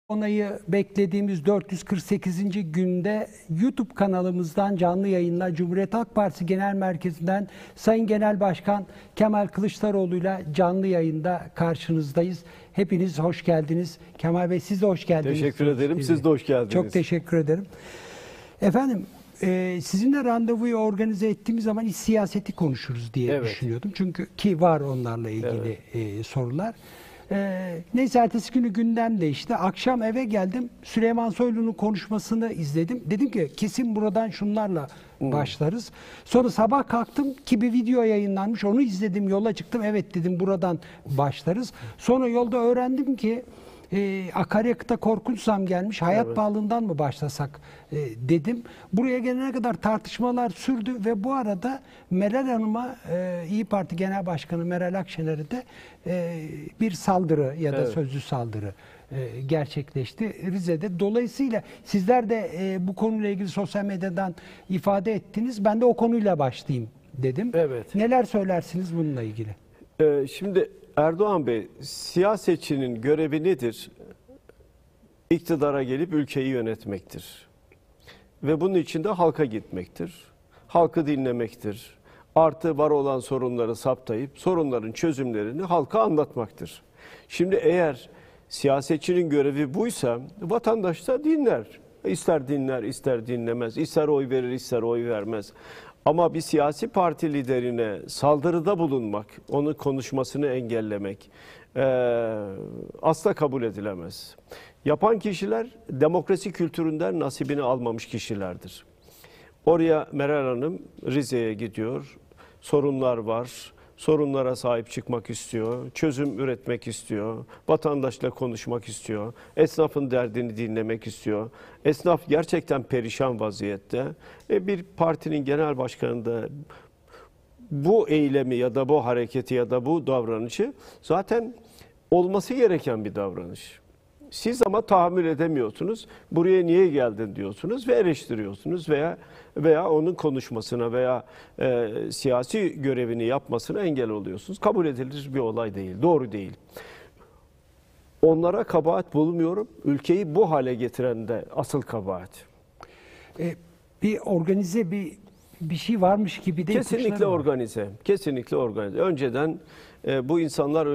Onayı beklediğimiz 448. günde YouTube kanalımızdan canlı yayınla Cumhuriyet Halk Partisi Genel Merkezi'nden Sayın Genel Başkan Kemal Kılıçdaroğlu'yla canlı yayında karşınızdayız. Hepiniz hoş geldiniz. Kemal Bey, siz de hoş geldiniz. Teşekkür ederim. Siz de hoş geldiniz. Çok teşekkür ederim. Efendim, sizinle randevuyu organize ettiğimiz zaman iç siyaseti konuşuruz diye düşünüyordum. Çünkü ki var onlarla ilgili sorular. Neyse, ertesi günü gündem değişti. Akşam eve geldim. Süleyman Soylu'nun konuşmasını izledim. Dedim ki kesin buradan şunlarla başlarız. Sonra sabah kalktım ki bir video yayınlanmış. Onu izledim, yola çıktım. Evet dedim, buradan başlarız. Sonra yolda öğrendim ki akaryakıta korkunç zam gelmiş. Hayat pahalılığından mı başlasak dedim. Buraya gelene kadar tartışmalar sürdü ve bu arada Meral Hanım'a, İyi Parti Genel Başkanı Meral Akşener'e de bir saldırı ya da sözlü saldırı gerçekleşti Rize'de. Dolayısıyla sizler de bu konuyla ilgili sosyal medyadan ifade ettiniz. Ben de o konuyla başlayayım dedim. Neler söylersiniz bununla ilgili? Şimdi Erdoğan Bey, siyasetçinin görevi nedir? İktidara gelip ülkeyi yönetmektir. Ve bunun için de halka gitmektir. Halkı dinlemektir. Artı var olan sorunları saptayıp sorunların çözümlerini halka anlatmaktır. Şimdi eğer siyasetçinin görevi buysa vatandaş da dinler. İster dinler, ister dinlemez. İster oy verir, ister oy vermez. Ama bir siyasi parti liderine saldırıda bulunmak, onun konuşmasını engellemek asla kabul edilemez. Yapan kişiler demokrasi kültüründen nasibini almamış kişilerdir. Oraya Meral Hanım Rize'ye gidiyor, sorunlar var, sorunlara sahip çıkmak istiyor, çözüm üretmek istiyor, vatandaşla konuşmak istiyor, esnafın derdini dinlemek istiyor. Esnaf gerçekten perişan vaziyette. Bir partinin genel başkanı da bu eylemi ya da bu hareketi ya da bu davranışı zaten olması gereken bir davranış. Siz ama tahammül edemiyorsunuz. Buraya niye geldin diyorsunuz ve eleştiriyorsunuz veya onun konuşmasına veya siyasi görevini yapmasına engel oluyorsunuz. Kabul edilir bir olay değil, doğru değil. Onlara kabahat bulmuyorum. Ülkeyi bu hale getiren de asıl kabahat. Bir organize bir şey varmış gibi de kesinlikle organize. Kesinlikle organize. Önceden bu insanlar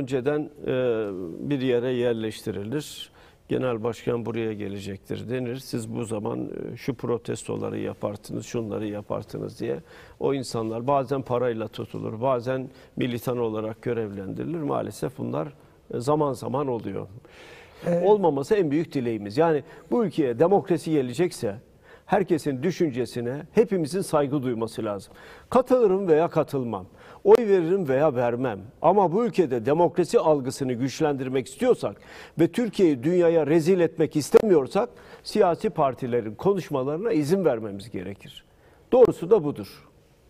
bir yere yerleştirilir. Genel başkan buraya gelecektir denir. Siz bu zaman şu protestoları yaparsınız, şunları yaparsınız diye. O insanlar bazen parayla tutulur, bazen militan olarak görevlendirilir. Maalesef bunlar zaman zaman oluyor. Olmaması en büyük dileğimiz. Yani bu ülkeye demokrasi gelecekse herkesin düşüncesine hepimizin saygı duyması lazım. Katılırım veya katılmam. Oy veririm veya vermem. Ama bu ülkede demokrasi algısını güçlendirmek istiyorsak ve Türkiye'yi dünyaya rezil etmek istemiyorsak siyasi partilerin konuşmalarına izin vermemiz gerekir. Doğrusu da budur.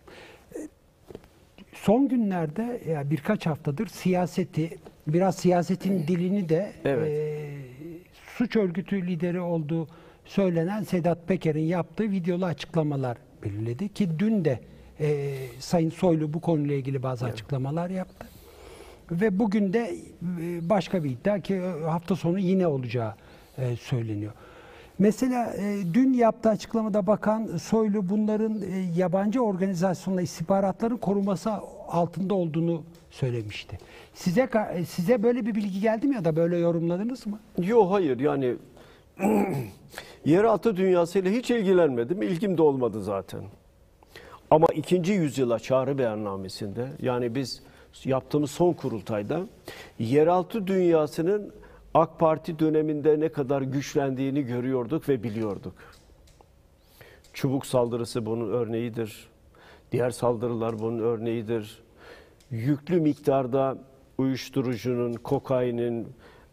Son günlerde birkaç haftadır biraz siyasetin dilini de suç örgütü lideri olduğu söylenen Sedat Peker'in yaptığı videolu açıklamalar belirledi ki dün de Sayın Soylu bu konuyla ilgili bazı açıklamalar yaptı. Ve bugün de başka bir iddia ki hafta sonu yine olacağı söyleniyor. Mesela dün yaptığı açıklamada Bakan Soylu bunların yabancı organizasyonla istihbaratların koruması altında olduğunu söylemişti. Size böyle bir bilgi geldi mi ya da böyle yorumladınız mı? Yok, hayır, yani yeraltı dünyasıyla hiç ilgilenmedim. İlgim de olmadı zaten. Ama 2. yüzyıla çağrı beyannamesinde, yani biz yaptığımız son kurultayda yeraltı dünyasının AK Parti döneminde ne kadar güçlendiğini görüyorduk ve biliyorduk. Çubuk saldırısı bunun örneğidir. Diğer saldırılar bunun örneğidir. Yüklü miktarda uyuşturucunun, kokainin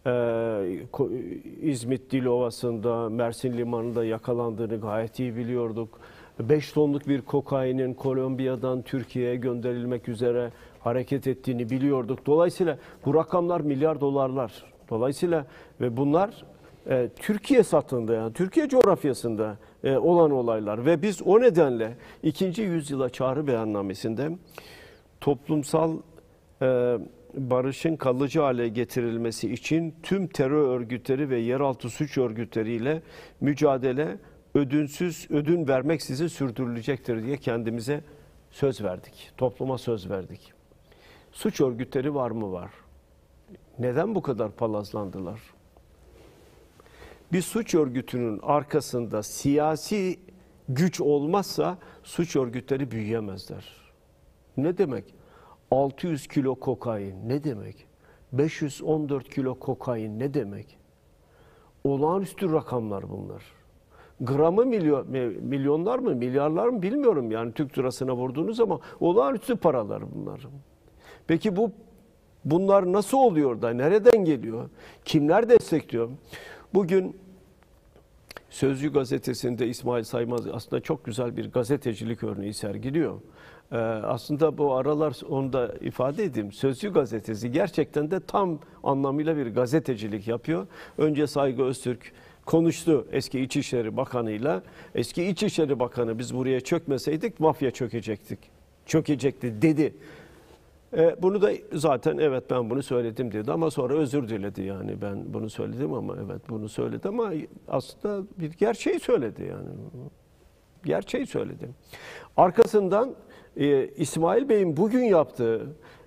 İzmit Dilovası'nda, Mersin Limanı'nda yakalandığını gayet iyi biliyorduk. 5 tonluk bir kokainin Kolombiya'dan Türkiye'ye gönderilmek üzere hareket ettiğini biliyorduk. Dolayısıyla bu rakamlar milyar dolarlar. Dolayısıyla ve bunlar Türkiye satında, yani Türkiye coğrafyasında olan olaylar ve biz o nedenle 2. yüzyıla çağrı beyannamesinde toplumsal barışın kalıcı hale getirilmesi için tüm terör örgütleri ve yeraltı suç örgütleriyle mücadele ödün vermeksizin sürdürülecektir diye kendimize söz verdik. Topluma söz verdik. Suç örgütleri var mı? Var. Neden bu kadar palazlandılar? Bir suç örgütünün arkasında siyasi güç olmazsa suç örgütleri büyüyemezler. Ne demek? 600 kilo kokain ne demek? 514 kilo kokain ne demek? Olağanüstü rakamlar bunlar. Gramı milyonlar mı, milyarlar mı bilmiyorum yani Türk lirasına vurduğunuz zaman olağanüstü paralar bunlar. Peki bunlar nasıl oluyor da, nereden geliyor? Kimler destekliyor? Bugün Sözcü gazetesinde İsmail Saymaz aslında çok güzel bir gazetecilik örneği sergiliyor. Aslında bu aralar onu da ifade edeyim. Sözcü gazetesi gerçekten de tam anlamıyla bir gazetecilik yapıyor. Önce Saygı Öztürk konuştu eski İçişleri Bakanı'yla. Eski İçişleri Bakanı biz buraya çökmeseydik mafya çökecekti dedi. Bunu da zaten evet ben bunu söyledim dedi ama sonra özür diledi yani ben bunu söyledim ama evet bunu söyledi ama aslında bir gerçeği söyledi yani. Gerçeği söyledi. Arkasından İsmail Bey'in bugün yaptığı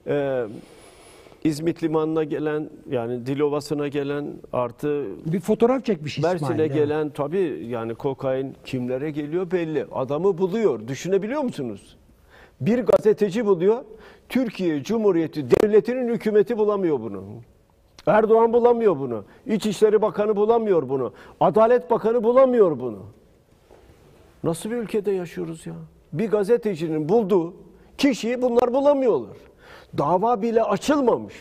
İzmit Limanı'na gelen yani Dilovası'na gelen artı bir fotoğraf çekmiş İsmail. Mersin'e gelen tabii yani kokain kimlere geliyor belli. Adamı buluyor. Düşünebiliyor musunuz? Bir gazeteci buluyor. Türkiye Cumhuriyeti Devleti'nin hükümeti bulamıyor bunu. Erdoğan bulamıyor bunu. İçişleri Bakanı bulamıyor bunu. Adalet Bakanı bulamıyor bunu. Nasıl bir ülkede yaşıyoruz ya? Bir gazetecinin bulduğu kişiyi bunlar bulamıyorlar. Dava bile açılmamış.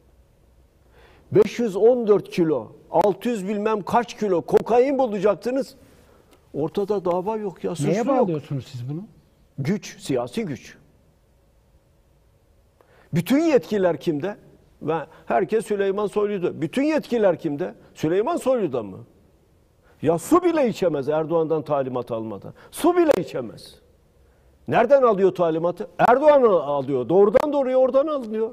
514 kilo, 600 bilmem kaç kilo kokain bulacaktınız. Ortada dava yok ya. Suçlu neye bağlıyorsunuz siz bunu? Güç, siyasi güç. Bütün yetkiler kimde? Ve herkes Süleyman Soylu'da. Bütün yetkiler kimde? Süleyman Soylu'da mı? Ya su bile içemez Erdoğan'dan talimat almadan. Su bile içemez. Nereden alıyor talimatı? Erdoğan alıyor. Doğrudan doğruya oradan alıyor.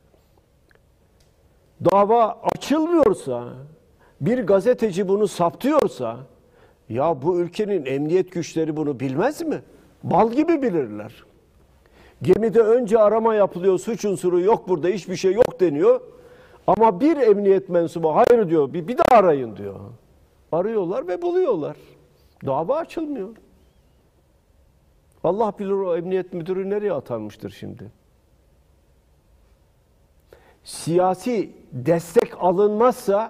Dava açılmıyorsa, bir gazeteci bunu saptıyorsa, ya bu ülkenin emniyet güçleri bunu bilmez mi? Bal gibi bilirler. Gemide önce arama yapılıyor, suç unsuru yok burada, hiçbir şey yok deniyor. Ama bir emniyet mensubu hayır diyor, bir daha arayın diyor. Arıyorlar ve buluyorlar. Dava açılmıyor. Allah bilir o emniyet müdürü nereye atanmıştır şimdi. Siyasi destek alınmazsa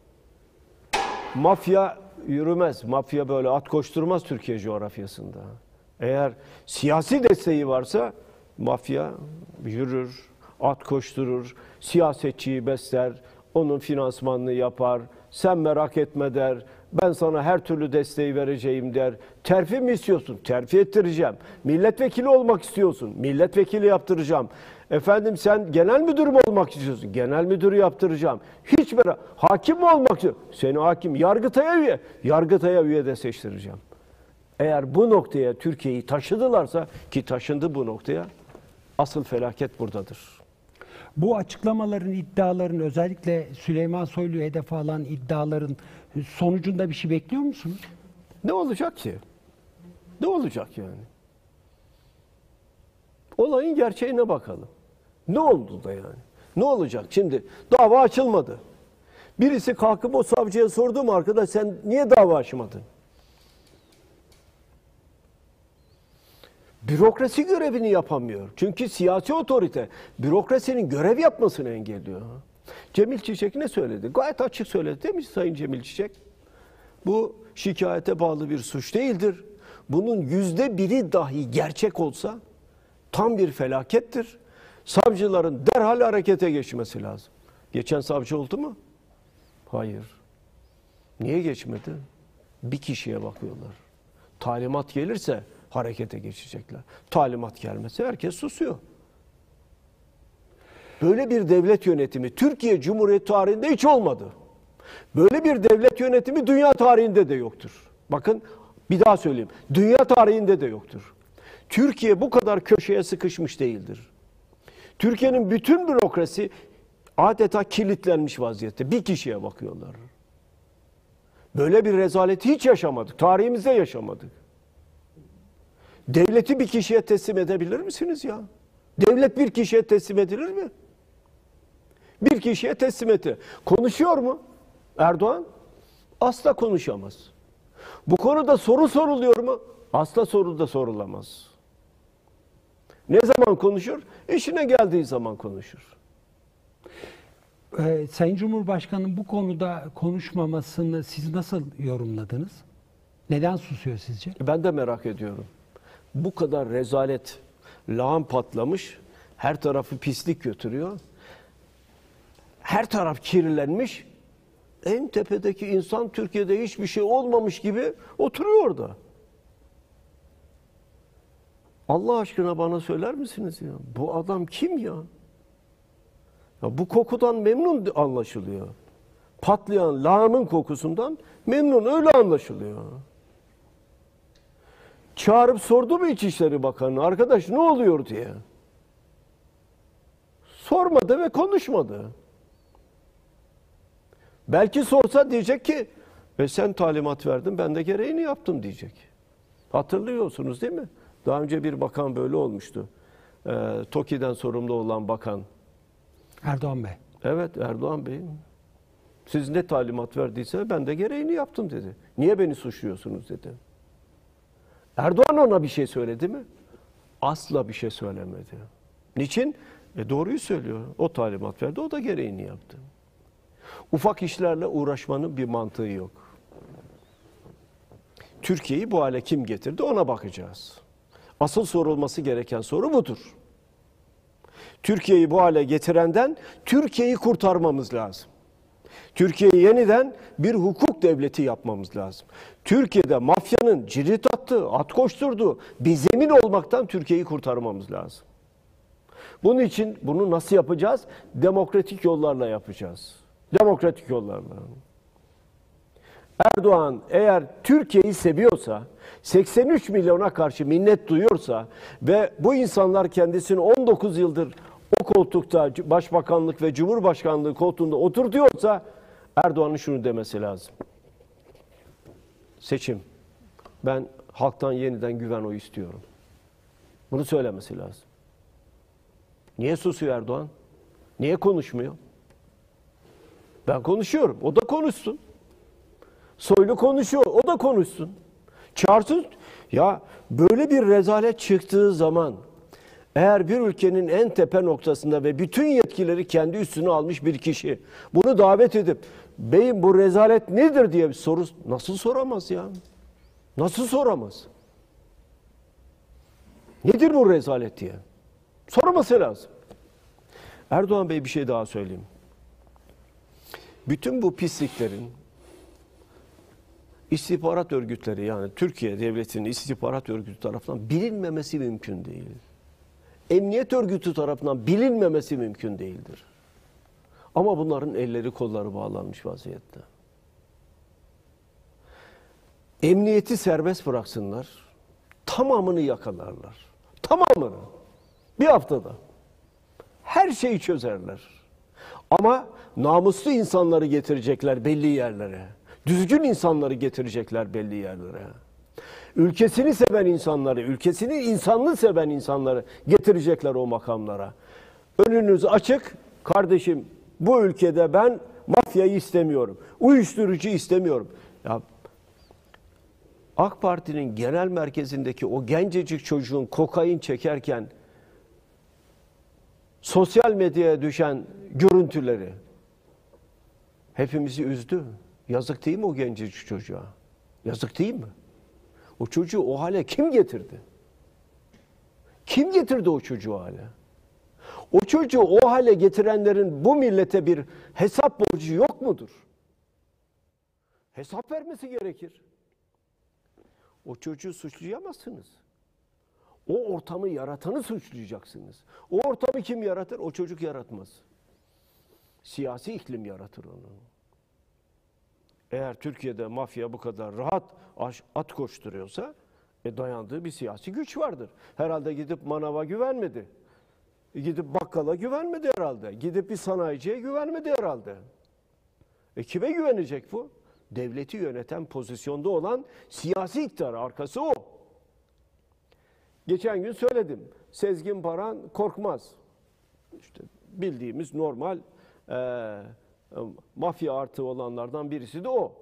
mafya yürümez. Mafya böyle at koşturmaz Türkiye coğrafyasında. Eğer siyasi desteği varsa mafya yürür, at koşturur, siyasetçiyi besler, onun finansmanını yapar, sen merak etme der, ben sana her türlü desteği vereceğim der. Terfi mi istiyorsun? Terfi ettireceğim. Milletvekili olmak istiyorsun? Milletvekili yaptıracağım. Efendim sen genel müdür mü olmak istiyorsun? Genel müdürü yaptıracağım. Hiç merak. Hakim mi olmak istiyorsun? Seni hakim. Yargıtay'a üye. Yargıtay'a üye de seçtireceğim. Eğer bu noktaya Türkiye'yi taşıdılarsa ki taşındı bu noktaya asıl felaket buradadır. Bu açıklamaların, iddiaların özellikle Süleyman Soylu'yu hedef alan iddiaların sonucunda bir şey bekliyor musunuz? Ne olacak ki? Ne olacak yani? Olayın gerçeğine bakalım. Ne oldu da yani? Ne olacak? Şimdi dava açılmadı. Birisi kalkıp o savcıya sordu mu arkadaş sen niye dava açmadın? Bürokrasi görevini yapamıyor. Çünkü siyasi otorite bürokrasinin görev yapmasını engelliyor. Cemil Çiçek ne söyledi? Gayet açık söyledi değil mi Sayın Cemil Çiçek? Bu şikayete bağlı bir suç değildir. Bunun %1'i dahi gerçek olsa tam bir felakettir. Savcıların derhal harekete geçmesi lazım. Geçen savcı oldu mu? Hayır. Niye geçmedi? Bir kişiye bakıyorlar. Talimat gelirse harekete geçecekler. Talimat gelmese herkes susuyor. Böyle bir devlet yönetimi Türkiye Cumhuriyeti tarihinde hiç olmadı. Böyle bir devlet yönetimi dünya tarihinde de yoktur. Bakın bir daha söyleyeyim. Dünya tarihinde de yoktur. Türkiye bu kadar köşeye sıkışmış değildir. Türkiye'nin bütün bürokrasi adeta kilitlenmiş vaziyette. Bir kişiye bakıyorlar. Böyle bir rezaleti hiç yaşamadık. Tarihimizde yaşamadık. Devleti bir kişiye teslim edebilir misiniz ya? Devlet bir kişiye teslim edilir mi? Bir kişiye teslim etti. Konuşuyor mu Erdoğan? Asla konuşamaz. Bu konuda soru soruluyor mu? Asla soru da sorulamaz. Ne zaman konuşur? İşine geldiği zaman konuşur. Sayın Cumhurbaşkanı'nın bu konuda konuşmamasını siz nasıl yorumladınız? Neden susuyor sizce? Ben de merak ediyorum. Bu kadar rezalet, lağım patlamış, her tarafı pislik götürüyor. Her taraf kirlenmiş. En tepedeki insan Türkiye'de hiçbir şey olmamış gibi oturuyor orada. Allah aşkına bana söyler misiniz ya? Bu adam kim ya? Ya bu kokudan memnun anlaşılıyor. Patlayan lağımın kokusundan memnun, öyle anlaşılıyor. Çağırıp sordu mu İçişleri Bakanı, arkadaş ne oluyor diye. Sormadı ve konuşmadı. Belki sorsa diyecek ki sen talimat verdin, ben de gereğini yaptım diyecek. Hatırlıyorsunuz değil mi? Daha önce bir bakan böyle olmuştu. TOKİ'den sorumlu olan bakan. Erdoğan Bey. Evet, Erdoğan Bey. Siz ne talimat verdiyse ben de gereğini yaptım dedi. Niye beni suçluyorsunuz dedi. Erdoğan ona bir şey söyledi mi? Asla bir şey söylemedi. Niçin? Doğruyu söylüyor. O talimat verdi, o da gereğini yaptı. Ufak işlerle uğraşmanın bir mantığı yok. Türkiye'yi bu hale kim getirdi, ona bakacağız. Asıl sorulması gereken soru budur. Türkiye'yi bu hale getirenden Türkiye'yi kurtarmamız lazım. Türkiye'yi yeniden bir hukuk devleti yapmamız lazım. Türkiye'de mafyanın cirit attığı, at koşturduğu bir zemin olmaktan Türkiye'yi kurtarmamız lazım. Bunun için bunu nasıl yapacağız? Demokratik yollarla yapacağız. Demokratik yollarla. Erdoğan eğer Türkiye'yi seviyorsa, 83 milyona karşı minnet duyuyorsa ve bu insanlar kendisini 19 yıldır o koltukta, başbakanlık ve cumhurbaşkanlığı koltuğunda oturtuyorsa Erdoğan'ın şunu demesi lazım. Seçim. Ben halktan yeniden güven oyu istiyorum. Bunu söylemesi lazım. Niye susuyor Erdoğan? Niye konuşmuyor? Ben konuşuyorum. O da konuşsun. Soylu konuşuyor. O da konuşsun. Çağırsın. Ya böyle bir rezalet çıktığı zaman eğer bir ülkenin en tepe noktasında ve bütün yetkileri kendi üstüne almış bir kişi bunu davet edip beyim bu rezalet nedir diye bir soru nasıl soramaz ya? Nasıl soramaz? Nedir bu rezalet diye? Sorması lazım. Erdoğan Bey bir şey daha söyleyeyim. Bütün bu pisliklerin istihbarat örgütleri yani Türkiye Devleti'nin istihbarat örgütü tarafından bilinmemesi mümkün değil. Emniyet örgütü tarafından bilinmemesi mümkün değildir. Ama bunların elleri kolları bağlanmış vaziyette. Emniyeti serbest bıraksınlar, tamamını yakalarlar. Tamamını. Bir haftada. Her şeyi çözerler. Ama namuslu insanları getirecekler belli yerlere. Düzgün insanları getirecekler belli yerlere. Ülkesini seven insanları, ülkesinin insanlığını seven insanları getirecekler o makamlara. Önünüz açık. Kardeşim bu ülkede ben mafyayı istemiyorum. Uyuşturucu istemiyorum. Ya AK Parti'nin genel merkezindeki o gencecik çocuğun kokain çekerken sosyal medyaya düşen görüntüleri hepimizi üzdü. Yazık değil mi o gencecik çocuğa? Yazık değil mi? O çocuğu o hale kim getirdi? Kim getirdi o çocuğu o hale? O çocuğu o hale getirenlerin bu millete bir hesap borcu yok mudur? Hesap vermesi gerekir. O çocuğu suçlayamazsınız. O ortamı yaratanı suçlayacaksınız. O ortamı kim yaratır? O çocuk yaratmaz. Siyasi iklim yaratır onu. Eğer Türkiye'de mafya bu kadar rahat at koşturuyorsa dayandığı bir siyasi güç vardır. Herhalde gidip manava güvenmedi. Gidip bakkala güvenmedi herhalde. Gidip bir sanayiciye güvenmedi herhalde. Kime güvenecek bu? Devleti yöneten pozisyonda olan siyasi iktidar, arkası o. Geçen gün söyledim. Sezgin Baran Korkmaz. İşte bildiğimiz normal mafya artığı olanlardan birisi de o.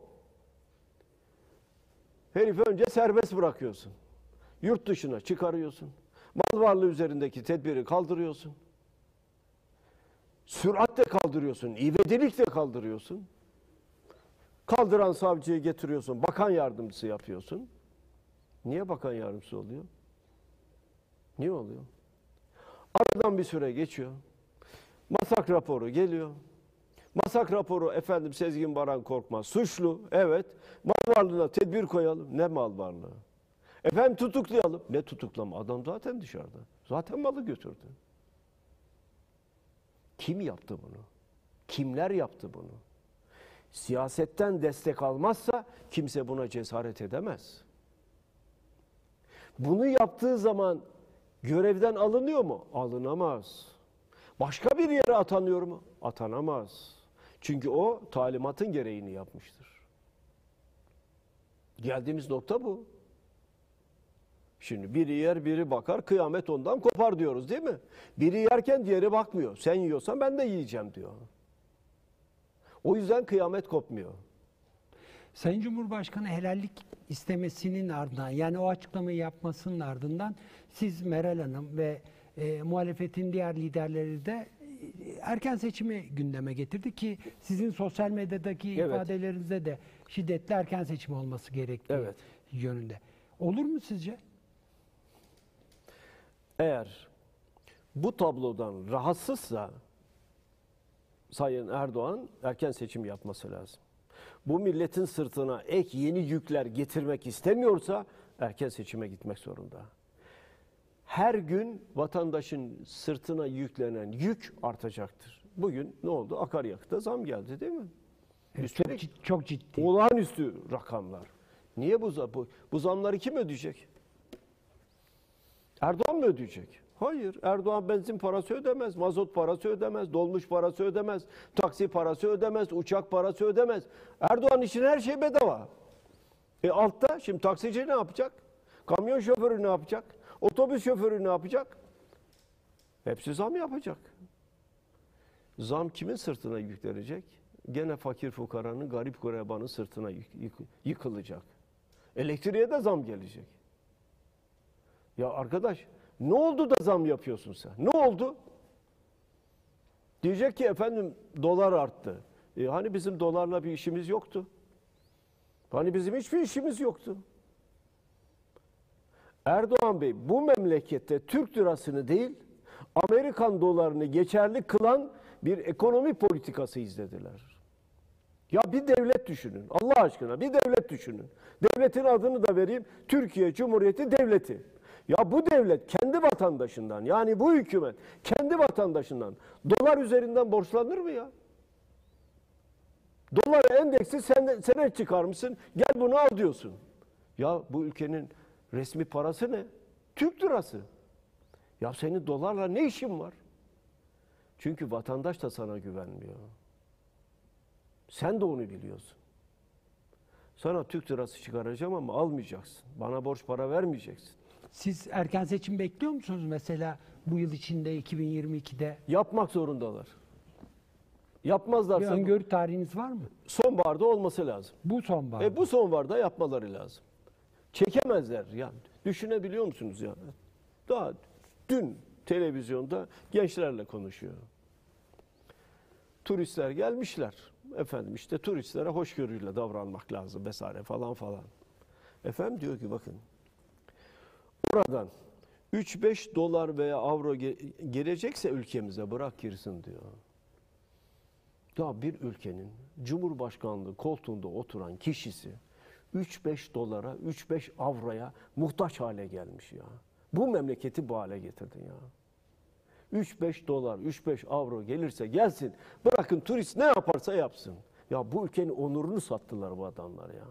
Herifi önce serbest bırakıyorsun. Yurt dışına çıkarıyorsun. Mal varlığı üzerindeki tedbiri kaldırıyorsun. Süratle kaldırıyorsun. İvedilikle kaldırıyorsun. Kaldıran savcıyı getiriyorsun. Bakan yardımcısı yapıyorsun. Niye bakan yardımcısı oluyor? Niye oluyor? Aradan bir süre geçiyor. Masak raporu geliyor. Masak raporu efendim Sezgin Baran Korkmaz suçlu. Evet. Mal varlığına tedbir koyalım. Ne mal varlığı? Efendim tutuklayalım. Ne tutuklama? Adam zaten dışarıda. Zaten malı götürdü. Kim yaptı bunu? Kimler yaptı bunu? Siyasetten destek almazsa kimse buna cesaret edemez. Bunu yaptığı zaman görevden alınıyor mu? Alınamaz. Başka bir yere atanıyor mu? Atanamaz. Çünkü o talimatın gereğini yapmıştır. Geldiğimiz nokta bu. Şimdi biri yer biri bakar, kıyamet ondan kopar diyoruz değil mi? Biri yerken diğeri bakmıyor. Sen yiyorsan ben de yiyeceğim diyor. O yüzden kıyamet kopmuyor. Sayın Cumhurbaşkanı helallik istemesinin ardından, yani o açıklamayı yapmasının ardından siz Meral Hanım ve muhalefetin diğer liderleri de erken seçimi gündeme getirdi ki sizin sosyal medyadaki ifadelerinizde de şiddetli erken seçim olması gerektiği yönünde. Olur mu sizce? Eğer bu tablodan rahatsızsa Sayın Erdoğan erken seçim yapması lazım. Bu milletin sırtına ek yeni yükler getirmek istemiyorsa erken seçime gitmek zorunda. Her gün vatandaşın sırtına yüklenen yük artacaktır. Bugün ne oldu? Akaryakıta zam geldi değil mi? Üstelik çok ciddi. Olağanüstü rakamlar. Niye bu zamları kim ödeyecek? Erdoğan mı ödeyecek? Hayır. Erdoğan benzin parası ödemez, mazot parası ödemez, dolmuş parası ödemez, taksi parası ödemez, uçak parası ödemez. Erdoğan için her şey bedava. Altta şimdi taksici ne yapacak? Kamyon şoförü ne yapacak? Otobüs şoförü ne yapacak? Hepsi zam yapacak. Zam kimin sırtına yüklenecek? Gene fakir fukaranın, garip gurebanın sırtına yıkılacak. Elektriğe de zam gelecek. Ya arkadaş, ne oldu da zam yapıyorsun sen? Ne oldu? Diyecek ki efendim dolar arttı. Hani bizim dolarla bir işimiz yoktu? Hani bizim hiçbir işimiz yoktu? Erdoğan Bey bu memlekette Türk lirasını değil, Amerikan dolarını geçerli kılan bir ekonomi politikası izlediler. Ya bir devlet düşünün. Allah aşkına bir devlet düşünün. Devletin adını da vereyim. Türkiye Cumhuriyeti Devleti. Ya bu devlet kendi vatandaşından, yani bu hükümet kendi vatandaşından dolar üzerinden borçlanır mı ya? Dolar endeksi sen çıkarmışsın, gel bunu al diyorsun. Ya bu ülkenin resmi parası ne? Türk lirası. Ya senin dolarla ne işin var? Çünkü vatandaş da sana güvenmiyor. Sen de onu biliyorsun. Sana Türk lirası çıkaracağım ama almayacaksın. Bana borç para vermeyeceksin. Siz erken seçim bekliyor musunuz mesela bu yıl içinde 2022'de? Yapmak zorundalar. Yapmazlarsa... Bir öngörü tarihiniz var mı? Sonbaharda olması lazım. Bu sonbahar. Bu sonbaharda yapmaları lazım. Çekemezler yani. Düşünebiliyor musunuz ya? Daha dün televizyonda gençlerle konuşuyor. Turistler gelmişler. Efendim işte turistlere hoşgörüyle davranmak lazım vesaire falan falan. Efendim diyor ki bakın. Oradan 3-5 dolar veya avro gelecekse ülkemize bırak girsin diyor. Ya bir ülkenin Cumhurbaşkanlığı koltuğunda oturan kişisi 3-5 dolara, 3-5 avroya muhtaç hale gelmiş ya. Bu memleketi bu hale getirdin ya. 3-5 dolar, 3-5 avro gelirse gelsin. Bırakın turist ne yaparsa yapsın. Ya bu ülkenin onurunu sattılar bu adamlar ya.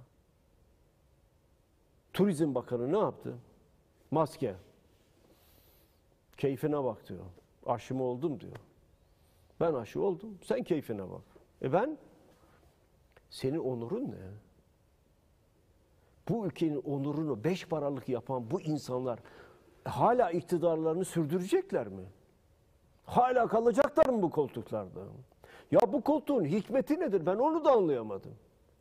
Turizm Bakanı ne yaptı? Maske. Keyfine bak diyor. Aşı mı oldum diyor. Ben aşı oldum. Sen keyfine bak. Ben? Senin onurun ne? Bu ülkenin onurunu 5 paralık yapan bu insanlar hala iktidarlarını sürdürecekler mi? Hala kalacaklar mı bu koltuklarda? Ya bu koltuğun hikmeti nedir? Ben onu da anlayamadım.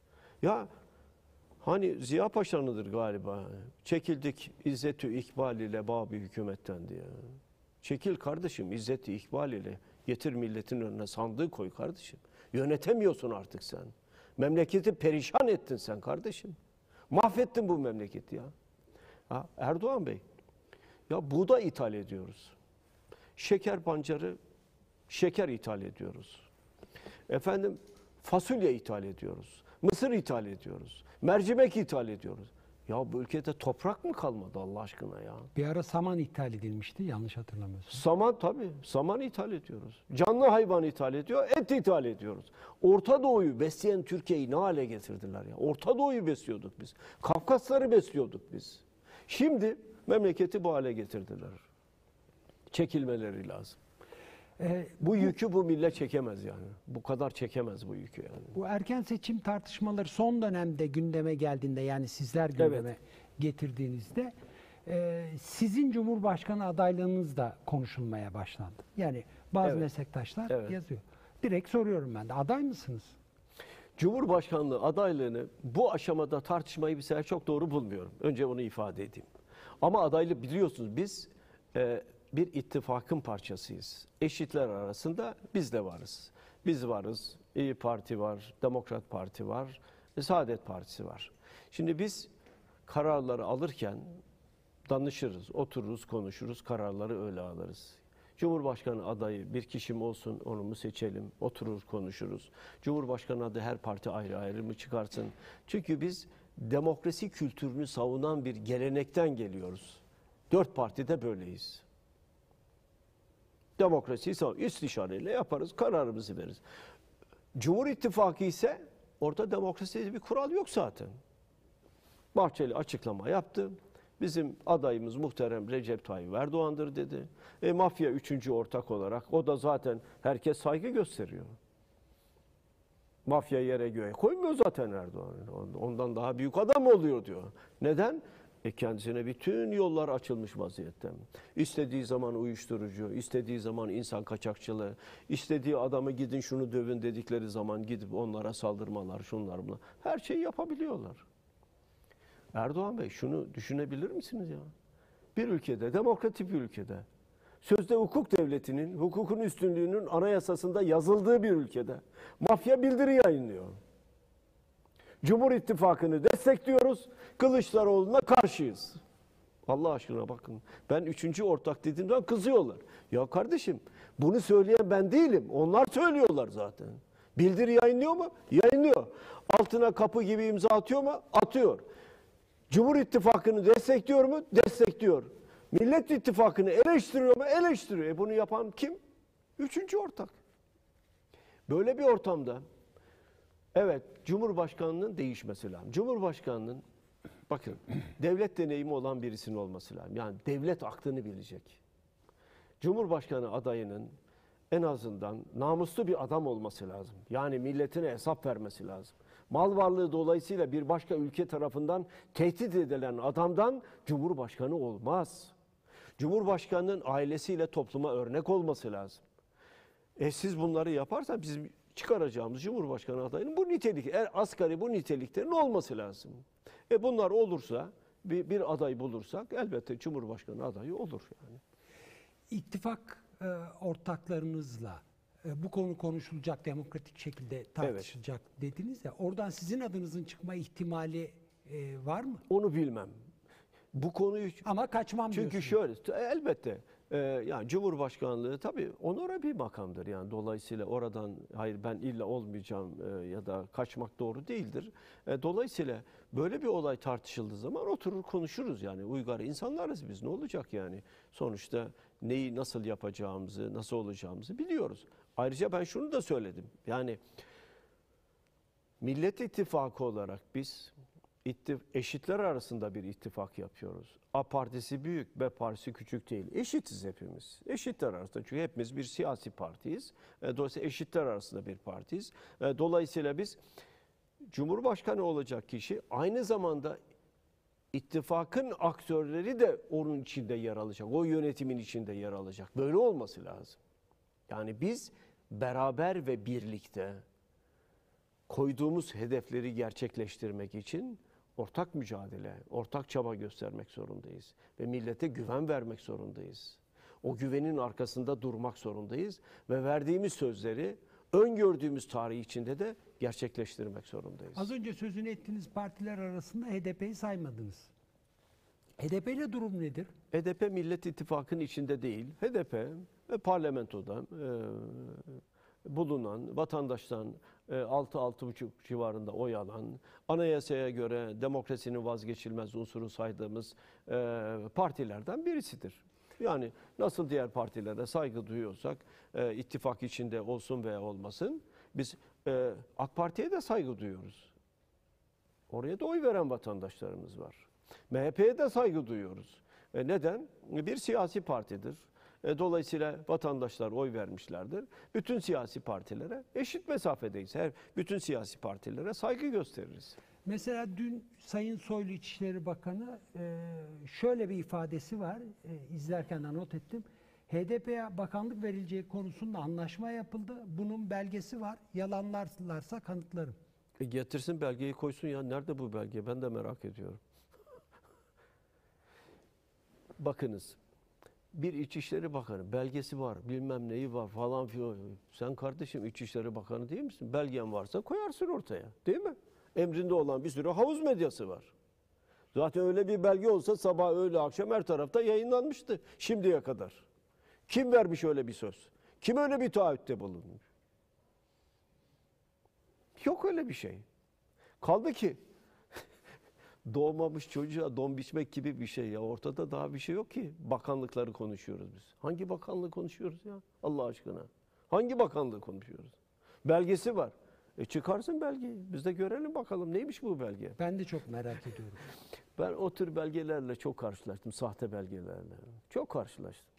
Ya hani Ziya Paşa'nıdır galiba. Çekildik İzzet-i İkbal ile Bab-ı hükümetten diye. Çekil kardeşim İzzet-i İkbal ile. Getir milletin önüne sandığı koy kardeşim. Yönetemiyorsun artık sen. Memleketi perişan ettin sen kardeşim. Mahvettin bu memleketi ya. Erdoğan Bey, ya buğday ithal ediyoruz. Şeker pancarı, şeker ithal ediyoruz. Efendim fasulye ithal ediyoruz. Mısır ithal ediyoruz. Mercimek ithal ediyoruz. Ya bu ülkede toprak mı kalmadı Allah aşkına ya? Bir ara saman ithal edilmişti yanlış hatırlamıyorsam. Saman tabii. Saman ithal ediyoruz. Canlı hayvan ithal ediyor, et ithal ediyoruz. Orta Doğu'yu besleyen Türkiye'yi ne hale getirdiler ya? Orta Doğu'yu besliyorduk biz. Kafkasları besliyorduk biz. Şimdi memleketi bu hale getirdiler. Çekilmeleri lazım. Bu yükü bu millet çekemez yani. Bu kadar çekemez bu yükü yani. Bu erken seçim tartışmaları son dönemde gündeme geldiğinde yani sizler gündeme getirdiğinizde sizin Cumhurbaşkanı adaylığınız da konuşulmaya başlandı. Yani bazı meslektaşlar yazıyor. Direkt soruyorum ben de aday mısınız? Cumhurbaşkanlığı adaylığını bu aşamada tartışmayı bir sefer çok doğru bulmuyorum. Önce onu ifade edeyim. Ama adaylık biliyorsunuz biz bir ittifakın parçasıyız. Eşitler arasında biz de varız. Biz varız, İyi Parti var, Demokrat Parti var, Saadet Partisi var. Şimdi biz kararları alırken danışırız, otururuz, konuşuruz, kararları öyle alırız. Cumhurbaşkanı adayı bir kişi mi olsun, onu mu seçelim, oturur konuşuruz. Cumhurbaşkanı adayı her parti ayrı ayrı mı çıkarsın? Çünkü biz demokrasi kültürünü savunan bir gelenekten geliyoruz. 4 partide böyleyiz. Demokrasiyi istişareyle yaparız, kararımızı veririz. Cumhur İttifakı ise orada demokrasi diye bir kural yok zaten. Bahçeli açıklama yaptı. Bizim adayımız muhterem Recep Tayyip Erdoğan'dır dedi. Mafya 3. ortak olarak o da zaten herkes saygı gösteriyor. Mafya yere göğe koymuyor zaten Erdoğan. Ondan daha büyük adam mı oluyor diyor. Neden? Kendisine bütün yollar açılmış vaziyette. İstediği zaman uyuşturucu, istediği zaman insan kaçakçılığı, istediği adamı gidin şunu dövün dedikleri zaman gidip onlara saldırmalar, şunlar bunlar. Her şeyi yapabiliyorlar. Erdoğan Bey şunu düşünebilir misiniz ya? Bir ülkede, demokratik bir ülkede, sözde hukuk devletinin, hukukun üstünlüğünün anayasasında yazıldığı bir ülkede mafya bildiri yayınlıyor. Cumhur İttifakı'nı destekliyoruz, Kılıçdaroğlu'na karşıyız. Allah aşkına bakın. Ben 3. ortak dediğimden kızıyorlar. Ya kardeşim bunu söyleyen ben değilim. Onlar söylüyorlar zaten. Bildiri yayınlıyor mu? Yayınlıyor. Altına kapı gibi imza atıyor mu? Atıyor. Cumhur İttifakı'nı destekliyor mu? Destekliyor. Millet İttifakı'nı eleştiriyor mu? Eleştiriyor. Bunu yapan kim? 3. ortak. Böyle bir ortamda evet, Cumhurbaşkanlığının değişmesi lazım. Cumhurbaşkanlığının, bakın, devlet deneyimi olan birisinin olması lazım. Yani devlet aklını bilecek. Cumhurbaşkanı adayının en azından namuslu bir adam olması lazım. Yani milletine hesap vermesi lazım. Mal varlığı dolayısıyla bir başka ülke tarafından tehdit edilen adamdan Cumhurbaşkanı olmaz. Cumhurbaşkanının ailesiyle topluma örnek olması lazım. Siz bunları yaparsanız bizim çıkaracağımız Cumhurbaşkanı adayının bu nitelik, asgari bu niteliklerin olması lazım. Bunlar olursa, bir aday bulursak elbette Cumhurbaşkanı adayı olur yani. İttifak ortaklarınızla bu konu konuşulacak, demokratik şekilde tartışılacak dediniz ya, oradan sizin adınızın çıkma ihtimali var mı? Onu bilmem. Bu konuyu ama kaçmam çünkü diyorsunuz. şöyle elbette yani Cumhurbaşkanlığı tabii onura bir makamdır yani dolayısıyla oradan hayır ben illa olmayacağım ya da kaçmak doğru değildir. Dolayısıyla böyle bir olay tartışıldığı zaman oturur konuşuruz yani uygar insanlarız biz ne olacak yani sonuçta neyi nasıl yapacağımızı nasıl olacağımızı biliyoruz. Ayrıca ben şunu da söyledim yani Millet İttifakı olarak biz eşitler arasında bir ittifak yapıyoruz. A partisi büyük, B partisi küçük değil. Eşitiz hepimiz. Eşitler arasında. Çünkü hepimiz bir siyasi partiyiz. Dolayısıyla eşitler arasında bir partiyiz. Dolayısıyla biz Cumhurbaşkanı olacak kişi aynı zamanda ittifakın aktörleri de onun içinde yer alacak. O yönetimin içinde yer alacak. Böyle olması lazım. Yani biz beraber ve birlikte koyduğumuz hedefleri gerçekleştirmek için ortak mücadele, ortak çaba göstermek zorundayız. Ve millete güven vermek zorundayız. O güvenin arkasında durmak zorundayız. Ve verdiğimiz sözleri öngördüğümüz tarih içinde de gerçekleştirmek zorundayız. Az önce sözünü ettiğiniz partiler arasında HDP'yi saymadınız. HDP ile durum nedir? HDP Millet İttifakı'nın içinde değil. HDP parlamentoda bulunan vatandaştan 6-6,5 civarında oy alan, anayasaya göre demokrasinin vazgeçilmez unsuru saydığımız partilerden birisidir. Yani nasıl diğer partilere saygı duyuyorsak, ittifak içinde olsun veya olmasın, biz AK Parti'ye de saygı duyuyoruz. Oraya da oy veren vatandaşlarımız var. MHP'ye de saygı duyuyoruz. Neden? Bir siyasi partidir. Dolayısıyla vatandaşlar oy vermişlerdir. Bütün siyasi partilere eşit mesafedeyiz. Bütün siyasi partilere saygı gösteririz. Mesela dün Sayın Soylu İçişleri Bakanı şöyle bir ifadesi var. İzlerken de not ettim. HDP'ye bakanlık verileceği konusunda anlaşma yapıldı. Bunun belgesi var. Yalanlarlarsa kanıtlarım. Getirsin belgeyi koysun ya. Nerede bu belge? Ben de merak ediyorum. Bakınız. Bir İçişleri Bakanı belgesi var, bilmem neyi var falan filan. Sen kardeşim İçişleri Bakanı değil misin? Belgen varsa koyarsın ortaya, değil mi? Emrinde olan bir sürü havuz medyası var. Zaten öyle bir belge olsa sabah, öğle, akşam her tarafta yayınlanmıştı şimdiye kadar. Kim vermiş öyle bir söz? Kim öyle bir taahhütte bulunmuş? Yok öyle bir şey. Kaldı ki doğmamış çocuğa don biçmek gibi bir şey ya. Ortada daha bir şey yok ki. Bakanlıkları konuşuyoruz biz. Hangi bakanlığı konuşuyoruz ya? Allah aşkına. Hangi bakanlığı konuşuyoruz? Belgesi var. Çıkarsın belgeyi. Biz de görelim bakalım neymiş bu belge. Ben de çok merak ediyorum. Ben o tür belgelerle çok karşılaştım. Sahte belgelerle. Çok karşılaştım.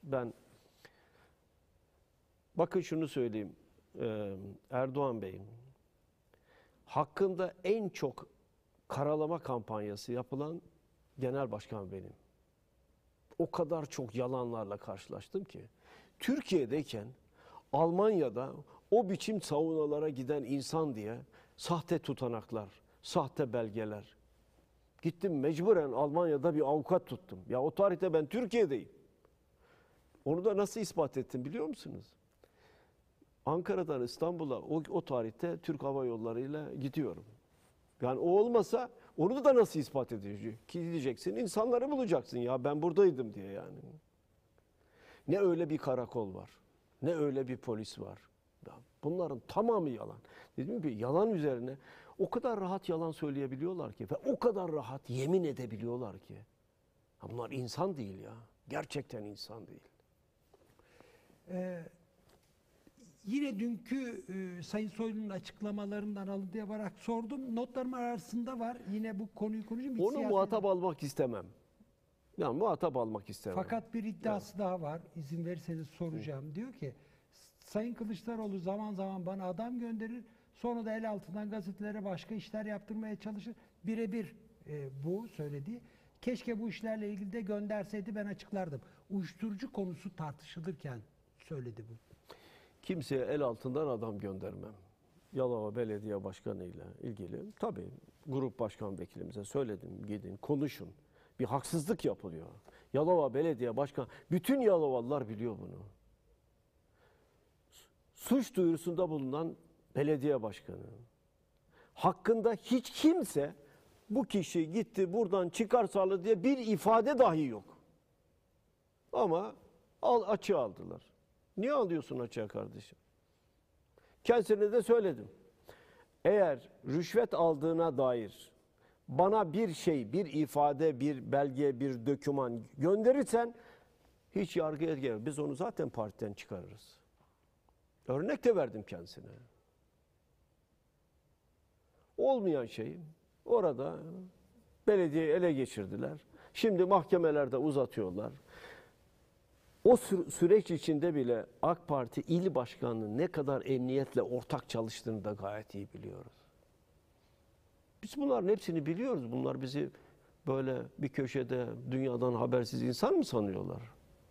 Bakın şunu söyleyeyim. Erdoğan Bey hakkında en çok karalama kampanyası yapılan genel başkan benim. O kadar çok yalanlarla karşılaştım ki. Türkiye'deyken Almanya'da o biçim savunalara giden insan diye sahte tutanaklar, sahte belgeler. Gittim mecburen Almanya'da bir avukat tuttum. Ya o tarihte ben Türkiye'deyim. Onu da nasıl ispat ettim biliyor musunuz? Ankara'dan İstanbul'a o tarihte Türk Hava Yolları'yla gidiyorum. Yani o olmasa onu da nasıl ispat edecek? Ki diyeceksin, insanları bulacaksın ya ben buradaydım diye yani. Ne öyle bir karakol var, ne öyle bir polis var. Bunların tamamı yalan. Dediğim gibi yalan üzerine o kadar rahat yalan söyleyebiliyorlar ki ve o kadar rahat yemin edebiliyorlar ki. Bunlar insan değil ya. Gerçekten insan değil. Yine dünkü Sayın Soylu'nun açıklamalarından alıntı yaparak sordum. Notlarım arasında var. Yine bu konuyu konuşayım. Onu muhatap almak istemem. Yani muhatap almak istemem. Fakat bir iddiası daha var. İzin verirseniz soracağım. Diyor ki Sayın Kılıçdaroğlu zaman zaman bana adam gönderir. Sonra da el altından gazetelere başka işler yaptırmaya çalışır. Birebir bu söylediği. Keşke bu işlerle ilgili de gönderseydi ben açıklardım. Uyuşturucu konusu tartışılırken söyledi bu. Kimseye el altından adam göndermem. Yalova Belediye Başkanı ile ilgili tabii grup başkan vekilimize söyledim, gidin konuşun. Bir haksızlık yapılıyor. Yalova Belediye Başkanı, bütün Yalovalılar biliyor bunu. Suç duyurusunda bulunan belediye başkanı. Hakkında hiç kimse bu kişi gitti buradan çıkar sağladı diye bir ifade dahi yok. Ama açığa aldılar. Niye alıyorsun açığa kardeşim? Kendisine de söyledim. Eğer rüşvet aldığına dair bana bir şey, bir ifade, bir belge, bir doküman gönderirsen hiç yargıya gelmez. Biz onu zaten partiden çıkarırız. Örnek de verdim kendisine. Olmayan şey Orada belediyeyi ele geçirdiler. Şimdi mahkemelerde uzatıyorlar. O süreç içinde bile AK Parti il başkanının ne kadar emniyetle ortak çalıştığını da gayet iyi biliyoruz. Biz bunların hepsini biliyoruz. Bunlar bizi böyle bir köşede dünyadan habersiz insan mı sanıyorlar?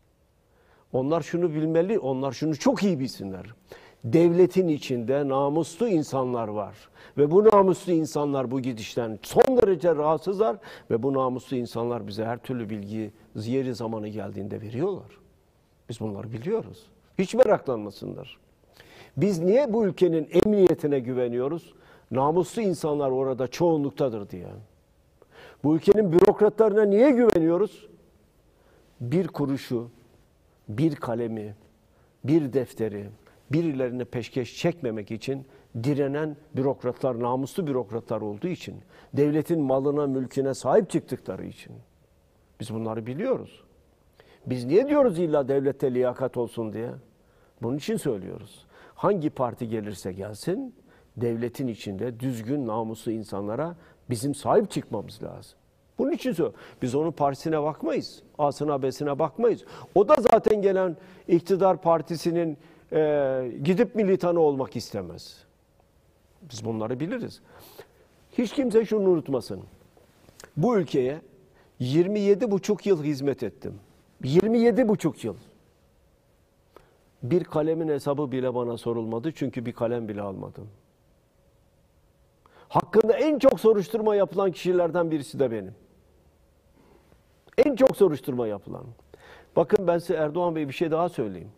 Onlar şunu bilmeli, onlar şunu çok iyi bilsinler. Devletin içinde namuslu insanlar var. Ve bu namuslu insanlar bu gidişten son derece rahatsızlar. Ve bu namuslu insanlar bize her türlü bilgiyi yeri zamanı geldiğinde veriyorlar. Biz bunları biliyoruz. Hiç meraklanmasınlar. Biz niye bu ülkenin emniyetine güveniyoruz? Namuslu insanlar orada çoğunluktadır diye. Bu ülkenin bürokratlarına niye güveniyoruz? Bir kuruşu, bir kalemi, bir defteri birilerine peşkeş çekmemek için direnen bürokratlar, namuslu bürokratlar olduğu için, devletin malına, mülküne sahip çıktıkları için. Biz bunları biliyoruz. Biz niye diyoruz illa devlette liyakat olsun diye? Bunun için söylüyoruz. Hangi parti gelirse gelsin, devletin içinde düzgün, namuslu insanlara bizim sahip çıkmamız lazım. Bunun için söylüyorum. Biz onun partisine bakmayız. A'sına B'sine bakmayız. O da zaten gelen iktidar partisinin gidip militanı olmak istemez. Biz bunları biliriz. Hiç kimse şunu unutmasın. Bu ülkeye 27,5 yıl hizmet ettim. 27,5 yıl. Bir kalemin hesabı bile bana sorulmadı çünkü bir kalem bile almadım. Hakkında en çok soruşturma yapılan kişilerden birisi de benim. En çok soruşturma yapılan. Bakın ben size Erdoğan Bey bir şey daha söyleyeyim.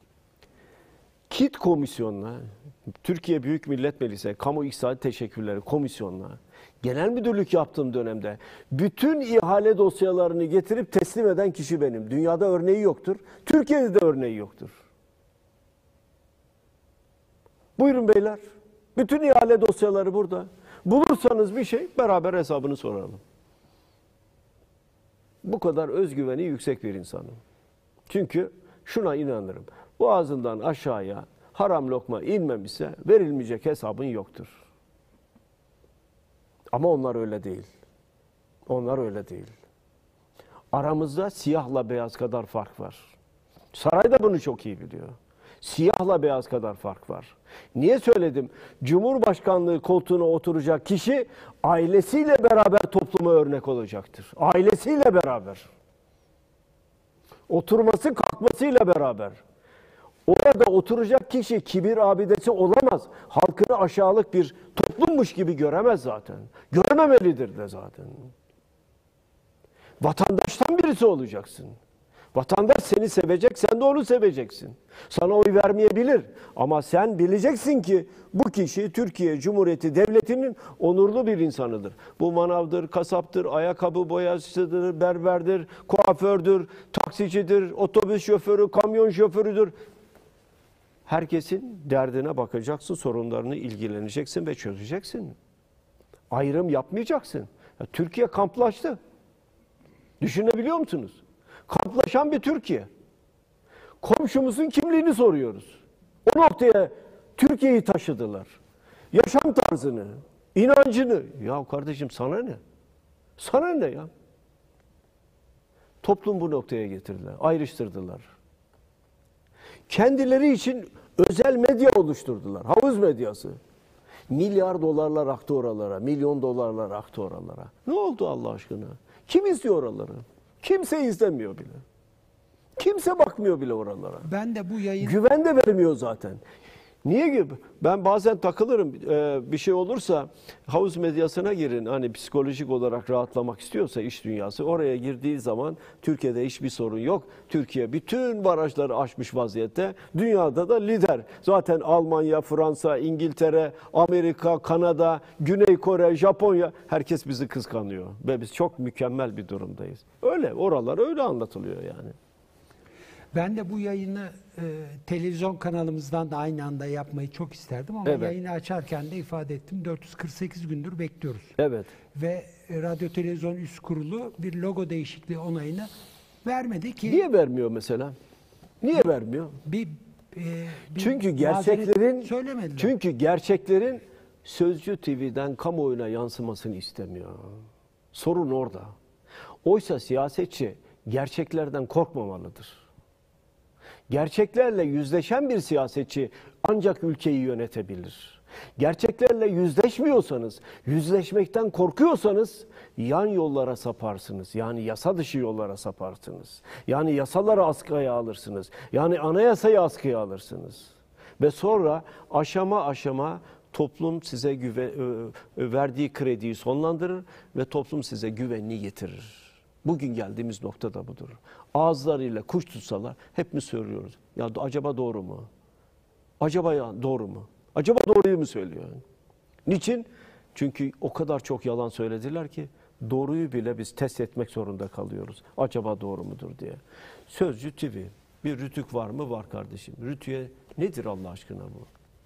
KİT komisyonuna, Türkiye Büyük Millet Meclisi, Kamu İktisadi Teşekkürleri komisyonuna, genel müdürlük yaptığım dönemde bütün ihale dosyalarını getirip teslim eden kişi benim. Dünyada örneği yoktur. Türkiye'de de örneği yoktur. Buyurun beyler. Bütün ihale dosyaları burada. Bulursanız bir şey beraber hesabını soralım. Bu kadar özgüveni yüksek bir insanım. Çünkü şuna inanırım. Boğazından aşağıya haram lokma inmemişse verilmeyecek hesabın yoktur. Ama onlar öyle değil. Onlar öyle değil. Aramızda siyahla beyaz kadar fark var. Saray da bunu çok iyi biliyor. Siyahla beyaz kadar fark var. Niye söyledim? Cumhurbaşkanlığı koltuğuna oturacak kişi ailesiyle beraber topluma örnek olacaktır. Ailesiyle beraber. Oturması kalkmasıyla beraber. Orada oturacak kişi kibir abidesi olamaz. Halkını aşağılık bir toplummuş gibi göremez zaten. Görmemelidir de zaten. Vatandaştan birisi olacaksın. Vatandaş seni sevecek, sen de onu seveceksin. Sana oy vermeyebilir ama sen bileceksin ki bu kişi Türkiye Cumhuriyeti Devleti'nin onurlu bir insanıdır. Bu manavdır, kasaptır, ayakkabı boyacısıdır, berberdir, kuafördür, taksicidir, otobüs şoförü, kamyon şoförüdür. Herkesin derdine bakacaksın, sorunlarını ilgileneceksin ve çözeceksin. Ayrım yapmayacaksın. Ya, Türkiye kamplaştı. Düşünebiliyor musunuz? Kamplaşan bir Türkiye. Komşumuzun kimliğini soruyoruz. O noktaya Türkiye'yi taşıdılar. Yaşam tarzını, inancını. Ya kardeşim sana ne? Sana ne ya? Toplum bu noktaya getirdiler, ayrıştırdılar. Kendileri için özel medya oluşturdular. Havuz medyası. Milyar dolarlar aktı oralara, milyon dolarlar aktı oralara. Ne oldu Allah aşkına? Kim izliyor oraları? Kimse izlemiyor bile. Kimse bakmıyor bile oralara. Ben de bu yayın... Güven de vermiyor zaten. Niye gibi? Ben bazen takılırım. Bir şey olursa havuz medyasına girin. Hani psikolojik olarak rahatlamak istiyorsa iş dünyası. Oraya girdiği zaman Türkiye'de hiçbir sorun yok. Türkiye bütün barajları aşmış vaziyette. Dünyada da lider. Zaten Almanya, Fransa, İngiltere, Amerika, Kanada, Güney Kore, Japonya herkes bizi kıskanıyor. Ve biz çok mükemmel bir durumdayız. Öyle. Oralar öyle anlatılıyor yani. Ben de bu yayını televizyon kanalımızdan da aynı anda yapmayı çok isterdim ama Evet. yayını açarken de ifade ettim. 448 gündür bekliyoruz. Evet. Ve Radyo Televizyon Üst Kurulu bir logo değişikliği onayını vermedi ki. Niye vermiyor mesela? Niye vermiyor? Bir Çünkü mazeret gerçeklerin söylemediler. çünkü gerçeklerin Sözcü TV'den kamuoyuna yansımasını istemiyor. Sorun orada. Oysa siyasetçi gerçeklerden korkmamalıdır. Gerçeklerle yüzleşen bir siyasetçi ancak ülkeyi yönetebilir. Gerçeklerle yüzleşmiyorsanız, yüzleşmekten korkuyorsanız yan yollara saparsınız. Yani yasa dışı yollara saparsınız. Yani yasaları askıya alırsınız. Yani anayasayı askıya alırsınız. Ve sonra aşama aşama toplum size verdiği krediyi sonlandırır ve toplum size güvenini getirir. Bugün geldiğimiz nokta da budur. Ağızlarıyla kuş tutsalar hep mi söylüyoruz? Ya acaba doğru mu? Acaba ya doğru mu? Acaba doğruyu mu söylüyor? Niçin? Çünkü o kadar çok yalan söylediler ki doğruyu bile biz test etmek zorunda kalıyoruz. Acaba doğru mudur diye. Sözcü TV. Bir rütük var mı? Var kardeşim. Rütüye nedir Allah aşkına bu?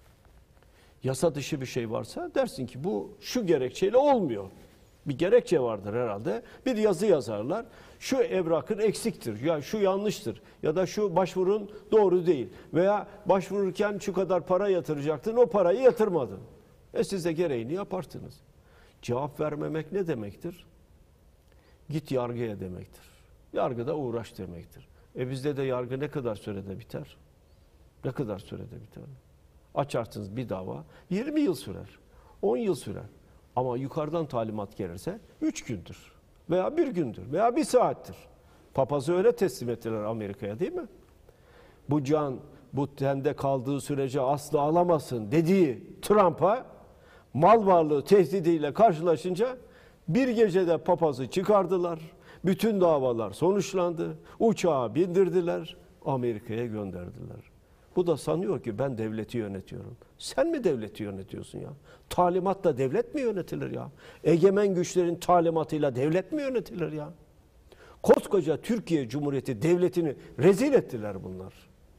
Yasa dışı bir şey varsa dersin ki bu şu gerekçeyle olmuyor. Bir gerekçe vardır herhalde. Bir yazı yazarlar. Şu evrakın eksiktir. Ya şu yanlıştır. Ya da şu başvurun doğru değil. Veya başvururken şu kadar para yatıracaktın. O parayı yatırmadın. Siz de gereğini yaparsınız. Cevap vermemek ne demektir? Git yargıya demektir. Yargıda uğraş demektir. Bizde de yargı ne kadar sürede biter? Ne kadar sürede biter? Açarsınız bir dava 20 yıl sürer. 10 yıl sürer. Ama yukarıdan talimat gelirse 3 gündür. Veya 1 gündür. Veya 1 saattir. Papazı öyle teslim ettiler Amerika'ya değil mi? Bu can bu tende kaldığı sürece asla alamazsın dediği Trump'a mal varlığı tehdidiyle karşılaşınca bir gecede papazı çıkardılar. Bütün davalar sonuçlandı. Uçağa bindirdiler. Amerika'ya gönderdiler. Bu da sanıyor ki ben devleti yönetiyorum. Sen mi devleti yönetiyorsun ya? Talimatla devlet mi yönetilir ya? Egemen güçlerin talimatıyla devlet mi yönetilir ya? Koskoca Türkiye Cumhuriyeti devletini rezil ettiler bunlar.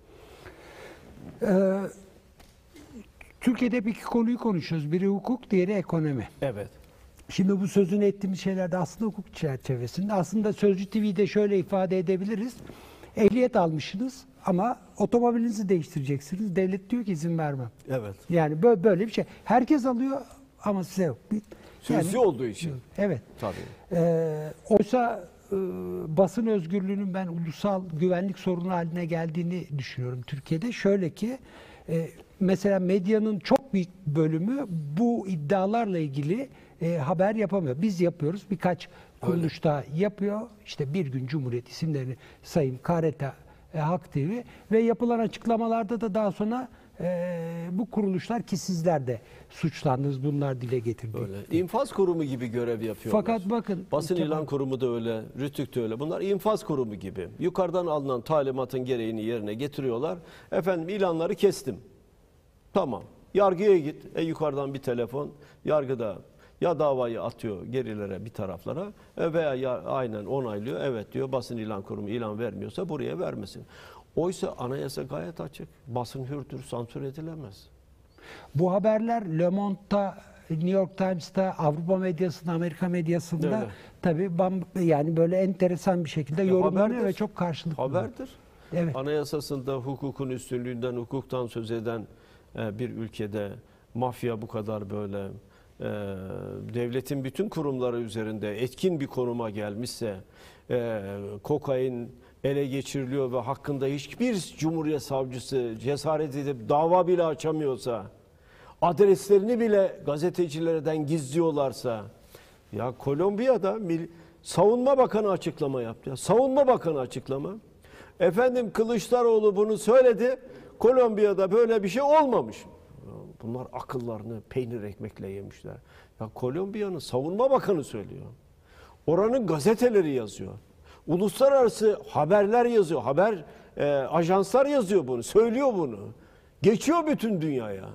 Türkiye'de bir iki konuyu konuşuyoruz. Biri hukuk, diğeri ekonomi. Evet. Şimdi bu sözünü ettiğimiz şeyler de aslında hukuk çerçevesinde. Aslında Sözcü TV'de şöyle ifade edebiliriz. Ehliyet almışsınız ama otomobilinizi değiştireceksiniz. Devlet diyor ki izin vermem. Evet. Yani böyle bir şey. Herkes alıyor ama size yok. Sürüsü olduğu için. Evet. Tabii. Oysa basın özgürlüğünün ben ulusal güvenlik sorunu haline geldiğini düşünüyorum Türkiye'de. Şöyle ki mesela medyanın çok büyük bölümü bu iddialarla ilgili haber yapamıyor. Biz yapıyoruz. Birkaç kuruluş da yapıyor. İşte Bir Gün Cumhuriyet isimlerini sayayım. Kareta, Hak TV ve yapılan açıklamalarda da daha sonra bu kuruluşlar ki sizler de suçlandınız bunlar dile getirdi. Öyle. İnfaz kurumu gibi görev yapıyorlar. Fakat bakın basın ilan kurumu da öyle, Rütük de öyle. Bunlar infaz kurumu gibi. Yukarıdan alınan talimatın gereğini yerine getiriyorlar. Efendim ilanları kestim. Tamam. Yargıya git. Yukarıdan bir telefon. Yargıda ya davayı atıyor gerilere bir taraflara veya aynen onaylıyor. Evet diyor basın ilan kurumu ilan vermiyorsa buraya vermesin. Oysa anayasa gayet açık. Basın hürdür, sansür edilemez. Bu haberler Le Monde'da, New York Times'ta, Avrupa medyasında, Amerika medyasında öyle. tabii yani böyle enteresan bir şekilde yorumlanıyor haberdir. ve çok karşılıklı. Haberdir. Evet. Anayasasında hukukun üstünlüğünden, hukuktan söz eden bir ülkede mafya bu kadar böyle devletin bütün kurumları üzerinde etkin bir konuma gelmişse, kokain ele geçiriliyor ve hakkında hiçbir cumhuriyet savcısı cesaret edip dava bile açamıyorsa, adreslerini bile gazetecilerden gizliyorlarsa, ya Kolombiya'da Savunma Bakanı açıklama yaptı. Ya. Savunma Bakanı açıklama. Efendim Kılıçdaroğlu bunu söyledi. Kolombiya'da böyle bir şey olmamış. Bunlar akıllarını peynir ekmekle yemişler. Ya Kolombiya'nın Savunma Bakanı söylüyor. Oranın gazeteleri yazıyor. Uluslararası haberler yazıyor. Haber ajanslar yazıyor bunu. Söylüyor bunu. Geçiyor bütün dünyaya.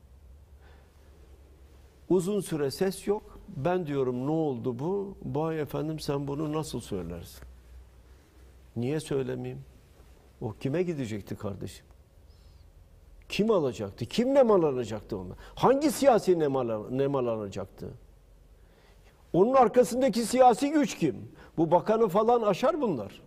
Uzun süre ses yok. Ben diyorum ne oldu bu? Vay efendim sen bunu nasıl söylersin? Niye söylemeyeyim? O kime gidecekti kardeşim? Kim alacaktı? Kim nemalanacaktı onunla? Hangi siyasi nemalanacaktı? Onun arkasındaki siyasi güç kim? Bu bakanı falan aşar bunlar.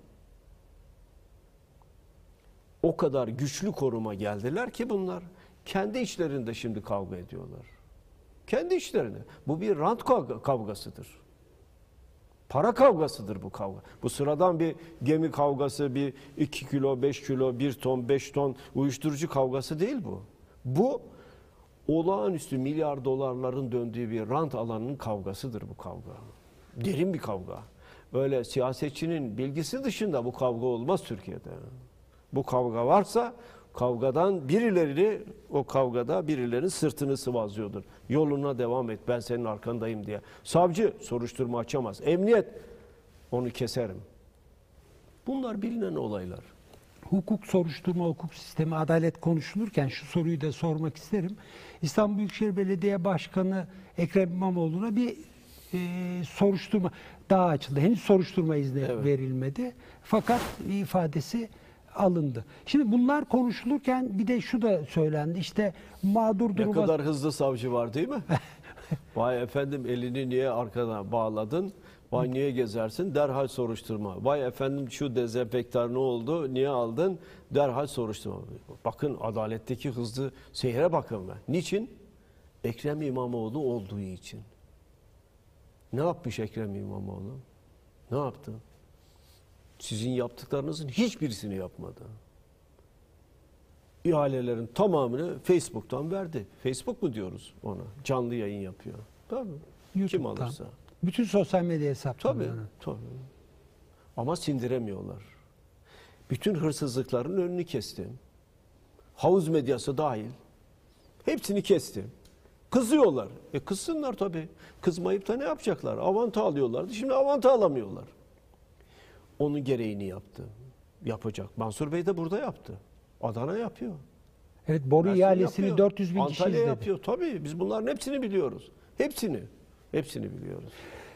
O kadar güçlü koruma geldiler ki bunlar kendi içlerinde şimdi kavga ediyorlar. Kendi işlerine. Bu bir rant kavgasıdır. Para kavgasıdır bu kavga. Bu sıradan bir gemi kavgası, bir 2 kilo, 5 kilo, 1 ton, 5 ton uyuşturucu kavgası değil bu. Bu olağanüstü milyar dolarların döndüğü bir rant alanının kavgasıdır bu kavga. Derin bir kavga. Öyle siyasetçinin bilgisi dışında bu kavga olmaz Türkiye'de. Bu kavga varsa kavgadan o kavgada birilerinin sırtını sıvazlıyordur. Yoluna devam et, ben senin arkandayım diye. Savcı soruşturma açamaz. Emniyet, onu keserim. Bunlar bilinen olaylar. Hukuk, soruşturma, hukuk sistemi, adalet konuşulurken şu soruyu da sormak isterim. İstanbul Büyükşehir Belediye Başkanı Ekrem İmamoğlu'na bir soruşturma daha açıldı. Henüz soruşturma izni verilmedi. Fakat ifadesi alındı. Şimdi bunlar konuşulurken bir de şu da söylendi. İşte mağdur duruma... Ne kadar hızlı savcı var değil mi? Vay efendim, elini niye arkana bağladın? Vay niye gezersin? Derhal soruşturma. Vay efendim, şu dezenfektar ne oldu? Niye aldın? Derhal soruşturma. Bakın adaletteki hızlı seyre bakın be. Niçin? Ekrem İmamoğlu olduğu için. Ne yapmış Ekrem İmamoğlu? Ne yaptı? Sizin yaptıklarınızın hiçbirisini yapmadı. İhalelerin tamamını Facebook'tan verdi. Facebook mu diyoruz ona? Canlı yayın yapıyor. Tabii. Kim alırsa. Bütün sosyal medya hesaplarını. Tabii. Ama sindiremiyorlar. Bütün hırsızlıkların önünü kesti. Havuz medyası dahil. Hepsini kesti. Kızıyorlar. Kızsınlar tabii. Kızmayıp da ne yapacaklar? Avanta alıyorlardı. Şimdi avanta alamıyorlar. Onun gereğini yaptı. Yapacak. Mansur Bey de burada yaptı. Adana yapıyor. Evet, boru Mersin ihalesini yapıyor. 400 bin kişi Antalya izledi. yapıyor. Tabii biz bunların hepsini biliyoruz. Hepsini biliyoruz.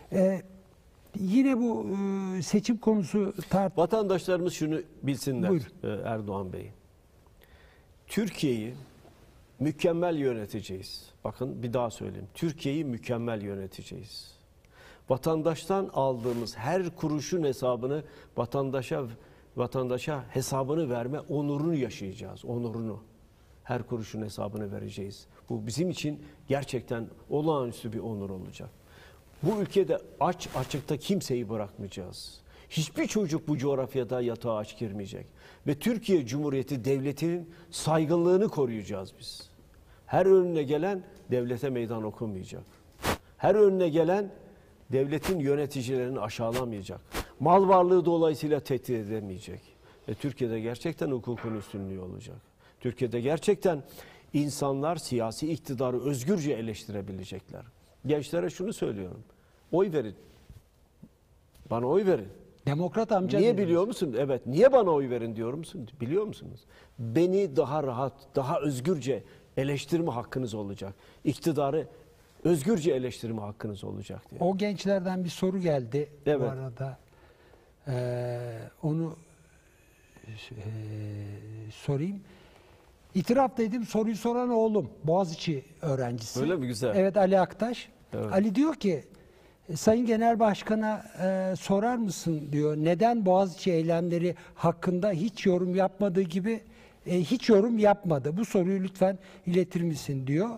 Yine bu seçim konusu Vatandaşlarımız şunu bilsinler. Buyur. Erdoğan Bey. Türkiye'yi mükemmel yöneteceğiz. Bakın bir daha söyleyeyim. Türkiye'yi mükemmel yöneteceğiz. Vatandaştan aldığımız her kuruşun hesabını vatandaşa hesabını verme onurunu yaşayacağız. Onurunu. Her kuruşun hesabını vereceğiz. Bu bizim için gerçekten olağanüstü bir onur olacak. Bu ülkede açıkta kimseyi bırakmayacağız. Hiçbir çocuk bu coğrafyada yatağa aç girmeyecek. Ve Türkiye Cumhuriyeti Devleti'nin saygınlığını koruyacağız biz. Her önüne gelen devlete meydan okumayacak. Her önüne gelen devletin yöneticilerini aşağılamayacak. Mal varlığı dolayısıyla tehdit edemeyecek. Türkiye'de gerçekten hukukun üstünlüğü olacak. Türkiye'de gerçekten insanlar siyasi iktidarı özgürce eleştirebilecekler. Gençlere şunu söylüyorum. Oy verin. Bana oy verin. Demokrat amca. Niye biliyor musun? Evet. Niye bana oy verin diyor musun? Biliyor musunuz? Beni daha rahat, daha özgürce eleştirme hakkınız olacak. İktidarı özgürce eleştirme hakkınız olacak diye. O gençlerden bir soru geldi bu Evet. arada. Onu sorayım. İtiraf dedim, soruyu soran oğlum. Boğaziçi öğrencisi. Öyle mi? Güzel. Evet, Ali Aktaş. Evet. Ali diyor ki, Sayın Genel Başkan'a sorar mısın diyor. Neden Boğaziçi eylemleri hakkında hiç yorum yapmadığı gibi hiç yorum yapmadı. Bu soruyu lütfen iletir misin diyor.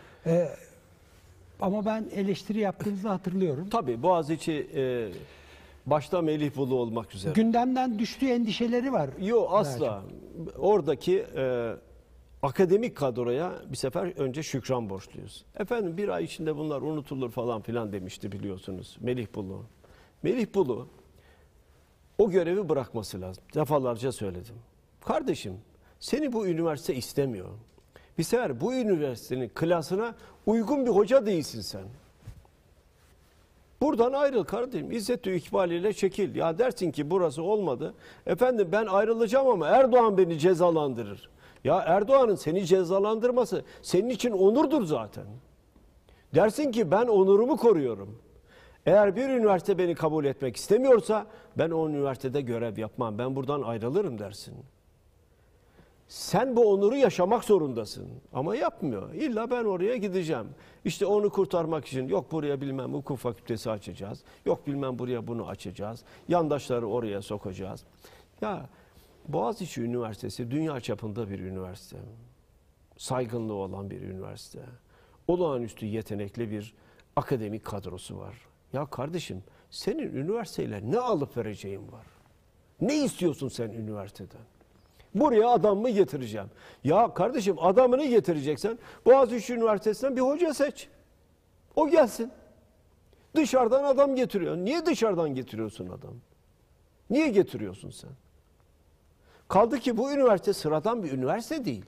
Ama ben eleştiri yaptığınızı hatırlıyorum. Tabii Boğaziçi başta Melih Bulu olmak üzere. Gündemden düştüğü endişeleri var. Yok asla. Oradaki akademik kadroya bir sefer önce şükran borçluyuz. Efendim bir ay içinde bunlar unutulur falan filan demişti biliyorsunuz Melih Bulu. Melih Bulu o görevi bırakması lazım. Defalarca söyledim. Kardeşim seni bu üniversite istemiyor. Bir sefer bu üniversitenin klasına uygun bir hoca değilsin sen. Buradan ayrıl kardeşim. İzzet-i ikbaliyle çekil. Ya dersin ki burası olmadı. Efendim ben ayrılacağım ama Erdoğan beni cezalandırır. Ya Erdoğan'ın seni cezalandırması senin için onurdur zaten. Dersin ki ben onurumu koruyorum. Eğer bir üniversite beni kabul etmek istemiyorsa ben o üniversitede görev yapmam. Ben buradan ayrılırım dersin. Sen bu onuru yaşamak zorundasın. Ama yapmıyor. İlla ben oraya gideceğim. İşte onu kurtarmak için yok buraya bilmem hukuk fakültesi açacağız. Yok bilmem buraya bunu açacağız. Yandaşları oraya sokacağız. Ya Boğaziçi Üniversitesi dünya çapında bir üniversite. Saygınlığı olan bir üniversite. olağanüstü yetenekli bir akademik kadrosu var. Ya kardeşim, senin üniversiteyle ne alıp vereceğin var? Ne istiyorsun sen üniversiteden? Buraya adam mı getireceğim? Ya kardeşim, adamını getireceksen Boğaziçi Üniversitesi'nden bir hoca seç. O gelsin. Dışarıdan adam getiriyor. Niye dışarıdan getiriyorsun adam? Niye getiriyorsun sen? Kaldı ki bu üniversite sıradan bir üniversite değil.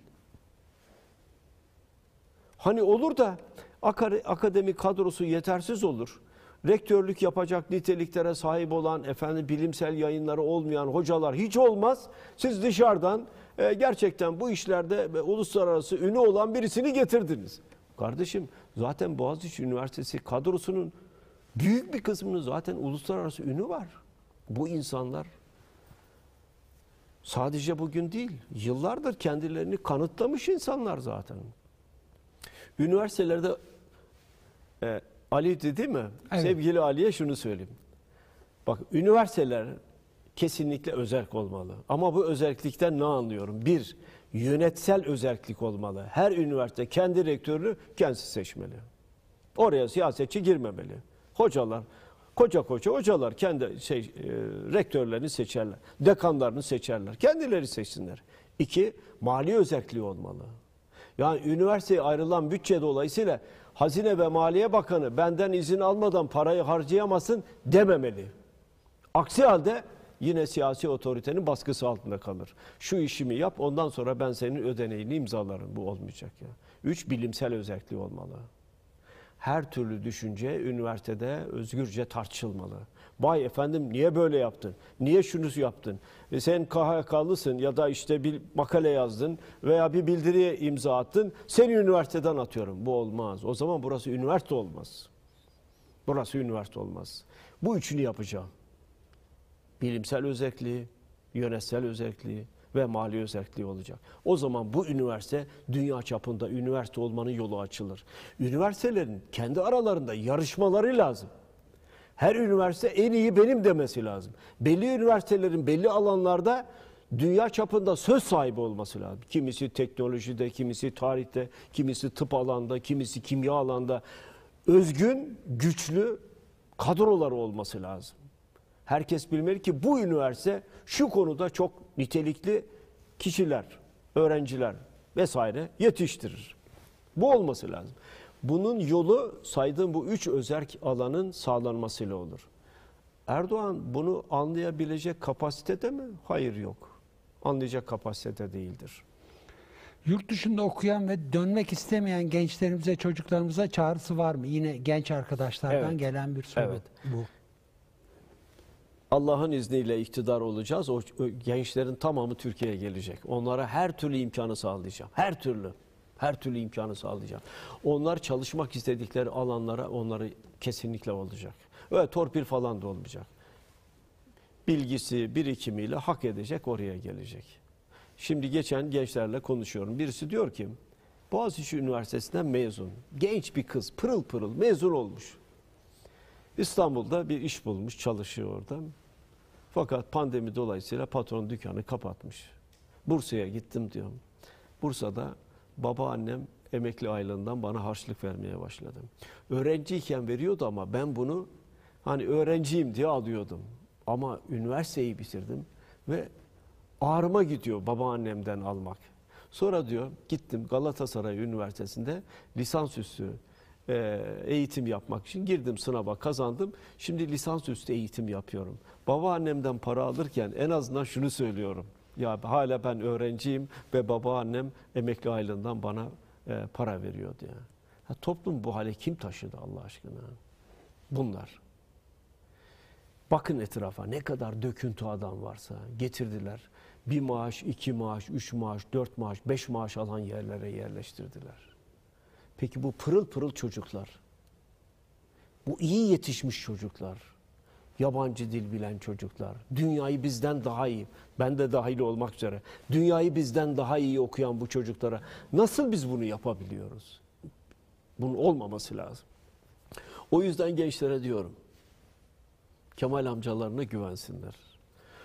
Hani olur da akademik kadrosu yetersiz olur. Rektörlük yapacak niteliklere sahip olan, bilimsel yayınları olmayan hocalar hiç olmaz. Siz dışarıdan gerçekten bu işlerde uluslararası ünü olan birisini getirdiniz. Kardeşim, zaten Boğaziçi Üniversitesi kadrosunun büyük bir kısmının zaten uluslararası ünü var. Bu insanlar sadece bugün değil, yıllardır kendilerini kanıtlamış insanlar zaten. Üniversitelerde Ali dedi mi? Evet. Sevgili Ali'ye şunu söyleyeyim. Bak, üniversiteler kesinlikle özerk olmalı. Ama bu özerklikten ne anlıyorum? Bir, yönetsel özerklik olmalı. Her üniversite kendi rektörünü kendisi seçmeli. Oraya siyasetçi girmemeli. Hocalar, koca hocalar kendi rektörlerini seçerler. Dekanlarını seçerler. Kendileri seçsinler. İki, mali özerkliği olmalı. Yani üniversiteye ayrılan bütçe dolayısıyla Hazine ve Maliye Bakanı benden izin almadan parayı harcayamasın dememeli. Aksi halde yine siyasi otoritenin baskısı altında kalır. Şu işimi yap, ondan sonra ben senin ödeneğini imzalarım. Bu olmayacak ya. Üç, bilimsel özelliği olmalı. Her türlü düşünce üniversitede özgürce tartışılmalı. Vay efendim, niye böyle yaptın? Niye şunu yaptın? Sen KHK'lısın ya da işte bir makale yazdın veya bir bildiriye imza attın. Seni üniversiteden atıyorum. Bu olmaz. O zaman burası üniversite olmaz. Burası üniversite olmaz. Bu üçünü yapacağım. Bilimsel özelliği, yönetsel özelliği ve mali özelliği olacak. O zaman bu üniversite dünya çapında üniversite olmanın yolu açılır. Üniversitelerin kendi aralarında yarışmaları lazım. Her üniversite en iyi benim demesi lazım. Belli üniversitelerin belli alanlarda dünya çapında söz sahibi olması lazım. Kimisi teknolojide, kimisi tarihte, kimisi tıp alanında, kimisi kimya alanında özgün, güçlü kadroları olması lazım. Herkes bilmeli ki bu üniversite şu konuda çok nitelikli kişiler, öğrenciler vesaire yetiştirir. Bu olması lazım. Bunun yolu saydığım bu üç özerk alanın sağlanmasıyla olur. Erdoğan bunu anlayabilecek kapasitede mi? Hayır, yok. Anlayacak kapasitede değildir. Yurt dışında okuyan ve dönmek istemeyen gençlerimize, çocuklarımıza çağrısı var mı? Yine genç arkadaşlardan gelen bir soru bu. Allah'ın izniyle iktidar olacağız. O gençlerin tamamı Türkiye'ye gelecek. Onlara her türlü imkanı sağlayacağım. Her türlü imkanı sağlayacağım. Onlar çalışmak istedikleri alanlara onları kesinlikle olacak. Öyle torpil falan da olmayacak. Bilgisi, birikimiyle hak edecek, oraya gelecek. Şimdi geçen gençlerle konuşuyorum. Birisi diyor ki, Boğaziçi Üniversitesi'nden mezun. Genç bir kız, pırıl pırıl mezun olmuş. İstanbul'da bir iş bulmuş, çalışıyor orada. Fakat pandemi dolayısıyla patron dükkanı kapatmış. Bursa'ya gittim diyor. Bursa'da babaannem emekli aylığından bana harçlık vermeye başladı. Öğrenciyken veriyordu ama ben bunu hani öğrenciyim diye alıyordum. Ama üniversiteyi bitirdim ve ağrıma gidiyor babaannemden almak. Sonra diyor gittim Galatasaray Üniversitesi'nde lisansüstü eğitim yapmak için girdim, sınava kazandım. Şimdi lisansüstü eğitim yapıyorum. Babaannemden para alırken en azından şunu söylüyorum. Ya hala ben öğrenciyim ve babaannem emekli aylığından bana para veriyor diye. Toplum bu hale kim taşıdı Allah aşkına? Bunlar. Bakın etrafa ne kadar döküntü adam varsa getirdiler. Bir maaş, 2 maaş, 3 maaş, 4 maaş, 5 maaş alan yerlere yerleştirdiler. Peki bu pırıl pırıl çocuklar, bu iyi yetişmiş çocuklar, yabancı dil bilen çocuklar, dünyayı bizden daha iyi, ben de dahil olmak üzere, dünyayı bizden daha iyi okuyan bu çocuklara nasıl biz bunu yapabiliyoruz? Bunun olmaması lazım. O yüzden gençlere diyorum, Kemal amcalarına güvensinler.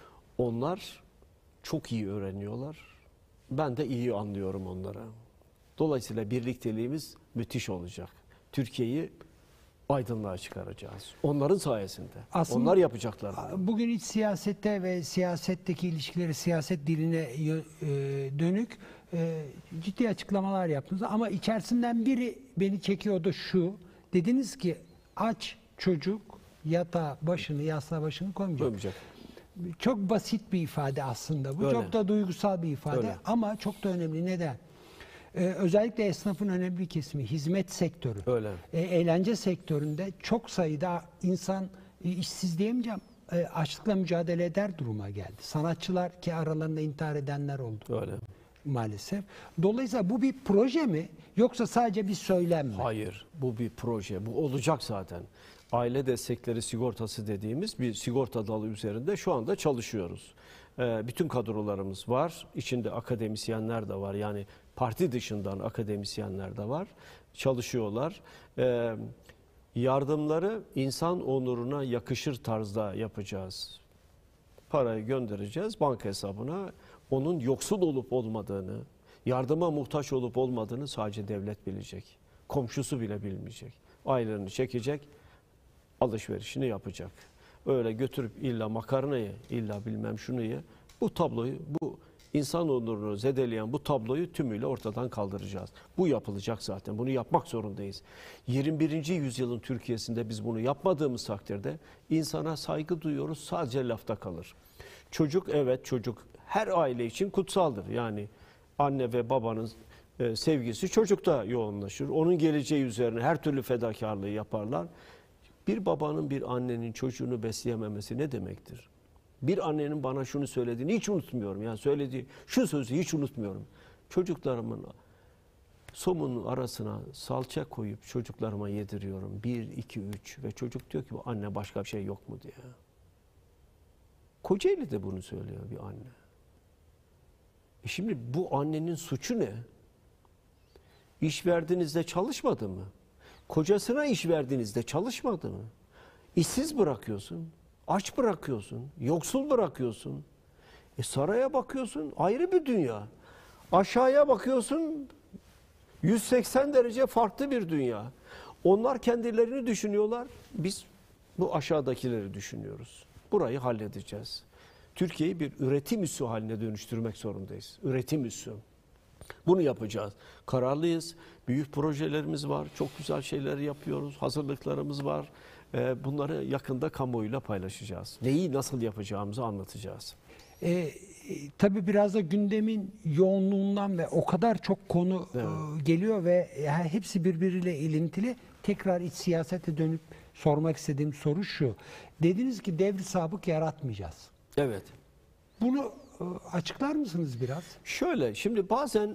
Onlar çok iyi öğreniyorlar. Ben de iyi anlıyorum onlara. Dolayısıyla birlikteliğimiz müthiş olacak. Türkiye'yi aydınlığa çıkaracağız. Onların sayesinde. Aslında onlar yapacaklar bunu. Bugün iç siyasette ve siyasetteki ilişkileri, siyaset diline dönük ciddi açıklamalar yaptınız. Ama içerisinden biri beni çekiyordu şu. Dediniz ki aç çocuk yastığa başını koymayacak. Çok basit bir ifade aslında. Bu Öyle. çok da duygusal bir ifade. Öyle. Ama çok da önemli. Neden? Özellikle esnafın önemli bir kesimi, hizmet sektörü, Öyle. Eğlence sektöründe çok sayıda insan işsiz diyemeyeceğim, açlıkla mücadele eder duruma geldi. Sanatçılar ki aralarında intihar edenler oldu. Öyle. Maalesef. Dolayısıyla bu bir proje mi yoksa sadece bir söylem mi? Hayır, bu bir proje. Bu olacak zaten. Aile destekleri sigortası dediğimiz bir sigorta dalı üzerinde şu anda çalışıyoruz. Bütün kadrolarımız var. İçinde akademisyenler de var. Yani parti dışından akademisyenler de var. Çalışıyorlar. Yardımları insan onuruna yakışır tarzda yapacağız. Parayı göndereceğiz banka hesabına. Onun yoksul olup olmadığını, yardıma muhtaç olup olmadığını sadece devlet bilecek. Komşusu bile bilmeyecek. Aylığını çekecek, alışverişini yapacak. Öyle götürüp illa makarnayı, illa bilmem şunu ye. Bu tabloyu, bu insan onurunu zedeleyen bu tabloyu tümüyle ortadan kaldıracağız. Bu yapılacak zaten. Bunu yapmak zorundayız. 21. yüzyılın Türkiye'sinde biz bunu yapmadığımız takdirde insana saygı duyuyoruz, sadece lafta kalır. Çocuk, evet çocuk her aile için kutsaldır. Yani anne ve babanın sevgisi çocukta yoğunlaşır. Onun geleceği üzerine her türlü fedakarlığı yaparlar. Bir babanın bir annenin çocuğunu besleyememesi ne demektir? Bir annenin bana şunu söylediğini hiç unutmuyorum. Yani söylediği şu sözü hiç unutmuyorum. Çocuklarımın somunun arasına salça koyup çocuklarıma yediriyorum. 1, 2, 3 ve çocuk diyor ki anne başka bir şey yok mu diye. Kocaeli de bunu söylüyor bir anne. Şimdi bu annenin suçu ne? İş verdiğinizde çalışmadı mı? Kocasına iş verdiğinizde çalışmadı mı? İşsiz bırakıyorsun, aç bırakıyorsun, yoksul bırakıyorsun. Saraya bakıyorsun, ayrı bir dünya. Aşağıya bakıyorsun, 180 derece farklı bir dünya. Onlar kendilerini düşünüyorlar, biz bu aşağıdakileri düşünüyoruz. Burayı halledeceğiz. Türkiye'yi bir üretim üssü haline dönüştürmek zorundayız. Üretim üssü. Bunu yapacağız. Kararlıyız. Büyük projelerimiz var. Çok güzel şeyler yapıyoruz. Hazırlıklarımız var. Bunları yakında kamuoyuyla paylaşacağız. Neyi nasıl yapacağımızı anlatacağız. Tabii biraz da gündemin yoğunluğundan ve o kadar çok konu geliyor ve hepsi birbiriyle ilintili. Tekrar iç siyasete dönüp sormak istediğim soru şu. Dediniz ki devri sabık yaratmayacağız. Evet. Bunu açıklar mısınız biraz? Şöyle, şimdi bazen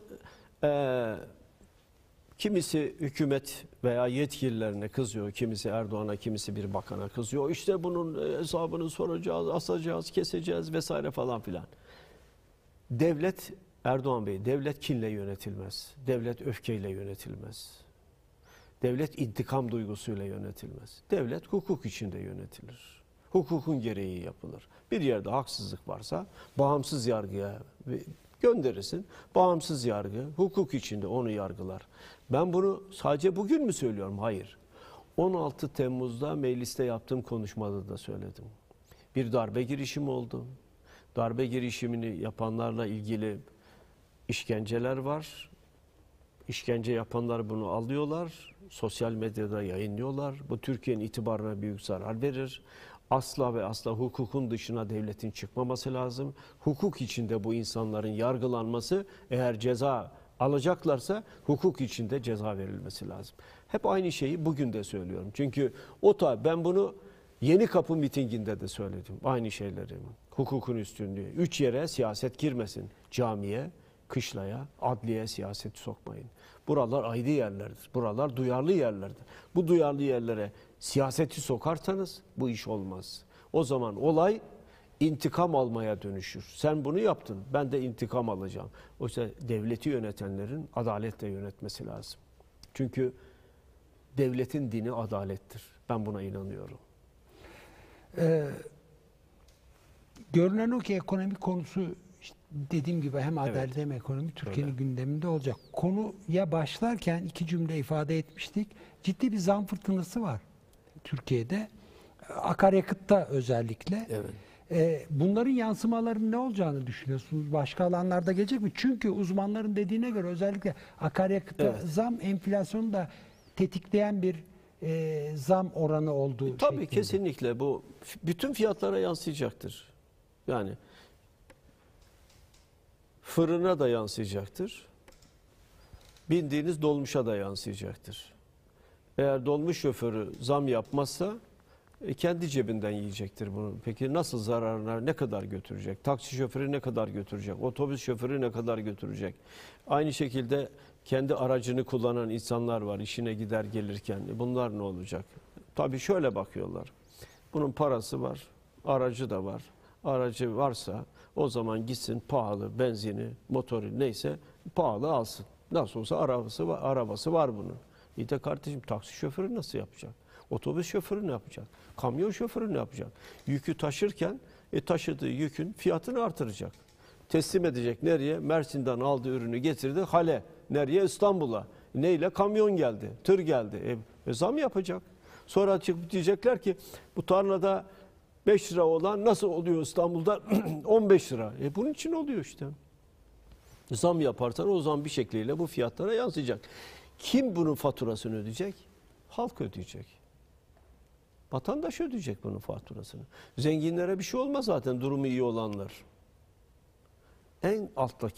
kimisi hükümet veya yetkililerine kızıyor, kimisi Erdoğan'a, kimisi bir bakana kızıyor. İşte bunun hesabını soracağız, asacağız, keseceğiz vesaire falan filan. Devlet, Erdoğan Bey, devlet kinle yönetilmez. Devlet öfkeyle yönetilmez. Devlet intikam duygusuyla yönetilmez. Devlet hukuk içinde yönetilir. Hukukun gereği yapılır. Bir yerde haksızlık varsa bağımsız yargıya gönderirsin. Bağımsız yargı hukuk içinde onu yargılar. Ben bunu sadece bugün mü söylüyorum? Hayır. 16 Temmuz'da mecliste yaptığım konuşmada da söyledim. Bir darbe girişimi oldu. Darbe girişimini yapanlarla ilgili işkenceler var. İşkence yapanlar bunu alıyorlar. Sosyal medyada yayınlıyorlar. Bu Türkiye'nin itibarına büyük zarar verir. Asla ve asla hukukun dışına devletin çıkmaması lazım. Hukuk içinde bu insanların yargılanması, eğer ceza alacaklarsa hukuk içinde ceza verilmesi lazım. Hep aynı şeyi bugün de söylüyorum. Çünkü ben bunu Yeni Kapı mitinginde de söyledim. Aynı şeyleri. Hukukun üstünlüğü. 3 yere siyaset girmesin. Camiye, kışlaya, adliye siyaset sokmayın. Buralar ayrı yerlerdir. Buralar duyarlı yerlerdir. Bu duyarlı yerlere siyaseti sokarsanız bu iş olmaz. O zaman olay intikam almaya dönüşür. Sen bunu yaptın, ben de intikam alacağım. Oysa devleti yönetenlerin adaletle yönetmesi lazım. Çünkü devletin dini adalettir. Ben buna inanıyorum. Görünen o ki ekonomik konusu dediğim gibi hem adalet hem ekonomi Türkiye'nin gündeminde olacak. Konuya başlarken iki cümle ifade etmiştik. Ciddi bir zam fırtınası var Türkiye'de. Akaryakıtta özellikle. Bunların yansımalarının ne olacağını düşünüyorsunuz? Başka alanlarda gelecek mi? Çünkü uzmanların dediğine göre özellikle akaryakıta zam enflasyonu da tetikleyen bir zam oranı olduğu Tabii şeklinde. kesinlikle bu bütün fiyatlara yansıyacaktır. Yani fırına da yansıyacaktır. Bindiğiniz dolmuşa da yansıyacaktır. Eğer dolmuş şoförü zam yapmazsa kendi cebinden yiyecektir bunu. Peki nasıl zararına ne kadar götürecek? Taksi şoförü ne kadar götürecek? Otobüs şoförü ne kadar götürecek? Aynı şekilde kendi aracını kullanan insanlar var işine gider gelirken. Bunlar ne olacak? Tabii şöyle bakıyorlar. Bunun parası var, aracı da var. Aracı varsa o zaman gitsin pahalı benzini, motoru neyse pahalı alsın. Nasıl olsa arabası var bunun. İyi de kardeşim taksi şoförü nasıl yapacak? Otobüs şoförü ne yapacak? Kamyon şoförü ne yapacak? Yükü taşırken taşıdığı yükün fiyatını artıracak. Teslim edecek nereye? Mersin'den aldığı ürünü getirdi Hale. Nereye? İstanbul'a. Neyle? Kamyon geldi, tır geldi. Zam yapacak. Sonra çıkıp diyecekler ki bu tarlada 5 lira olan nasıl oluyor İstanbul'da 15 lira? Bunun için oluyor işte. Zam yaparsan o zam bir şekliyle bu fiyatlara yansıyacak. Kim bunun faturasını ödeyecek? Halk ödeyecek. Vatandaş ödeyecek bunun faturasını. Zenginlere bir şey olmaz zaten durumu iyi olanlar. En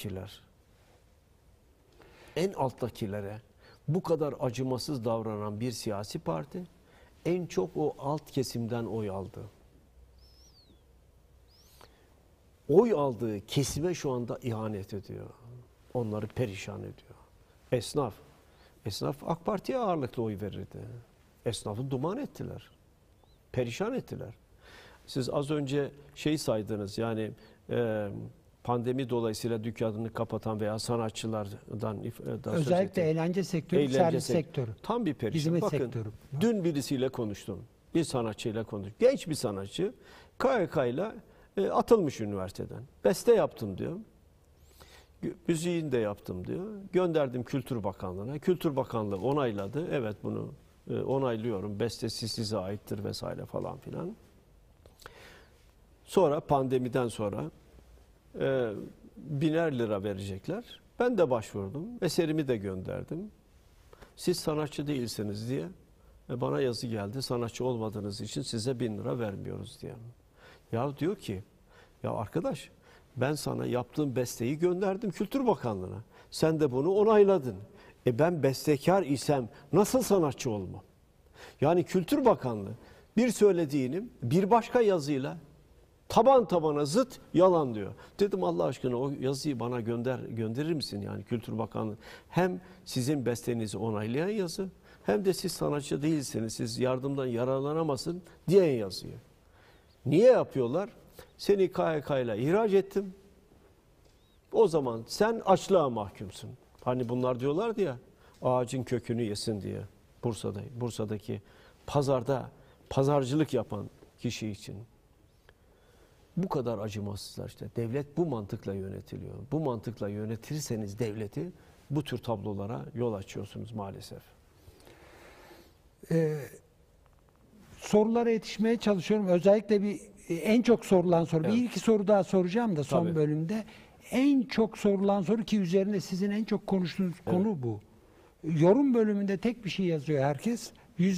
alttakilere bu kadar acımasız davranan bir siyasi parti en çok o alt kesimden oy aldı. Oy aldığı kesime şu anda ihanet ediyor. Onları perişan ediyor. Esnaf AK Parti'ye ağırlıklı oy verirdi. Esnafı duman ettiler. Perişan ettiler. Siz az önce saydınız yani pandemi dolayısıyla dükkanını kapatan veya sanatçılardan özellikle eğlence sektörü, servis sektörü. Tam bir perişan. Hizmet Bakın, sektörü. dün birisiyle konuştum. Bir sanatçıyla konuştum. Genç bir sanatçı. KYK'yla atılmış üniversiteden. Beste yaptım diyor. Müziğini de yaptım diyor. Gönderdim Kültür Bakanlığı'na. Kültür Bakanlığı onayladı. Evet bunu onaylıyorum. Bestesi size aittir vesaire falan filan. Sonra pandemiden sonra 1000'er lira verecekler. Ben de başvurdum. Eserimi de gönderdim. Siz sanatçı değilsiniz diye bana yazı geldi. Sanatçı olmadığınız için size 1000 lira vermiyoruz diye. Ya diyor ki ya arkadaş ben sana yaptığım besteyi gönderdim Kültür Bakanlığı'na. Sen de bunu onayladın. Ben bestekar isem nasıl sanatçı olmam? Yani Kültür Bakanlığı bir söylediğinin bir başka yazıyla taban tabana zıt yalan diyor. Dedim Allah aşkına o yazıyı bana gönderir misin? Yani Kültür Bakanlığı hem sizin bestenizi onaylayan yazı hem de siz sanatçı değilsiniz, siz yardımdan yararlanamazsın diyen yazıyı. Niye yapıyorlar? Seni KYK ile ihraç ettim. O zaman sen açlığa mahkumsun. Hani bunlar diyorlardı ya ağacın kökünü yesin diye Bursa'daki pazarda pazarcılık yapan kişi için. Bu kadar acımasızlar işte. Devlet bu mantıkla yönetiliyor. Bu mantıkla yönetirseniz devleti bu tür tablolara yol açıyorsunuz maalesef. Sorulara yetişmeye çalışıyorum. Özellikle en çok sorulan soru. Evet. Bir iki soru daha soracağım da son Tabii. bölümde. En çok sorulan soru ki üzerinde sizin en çok konuştuğunuz konu bu. Yorum bölümünde tek bir şey yazıyor herkes.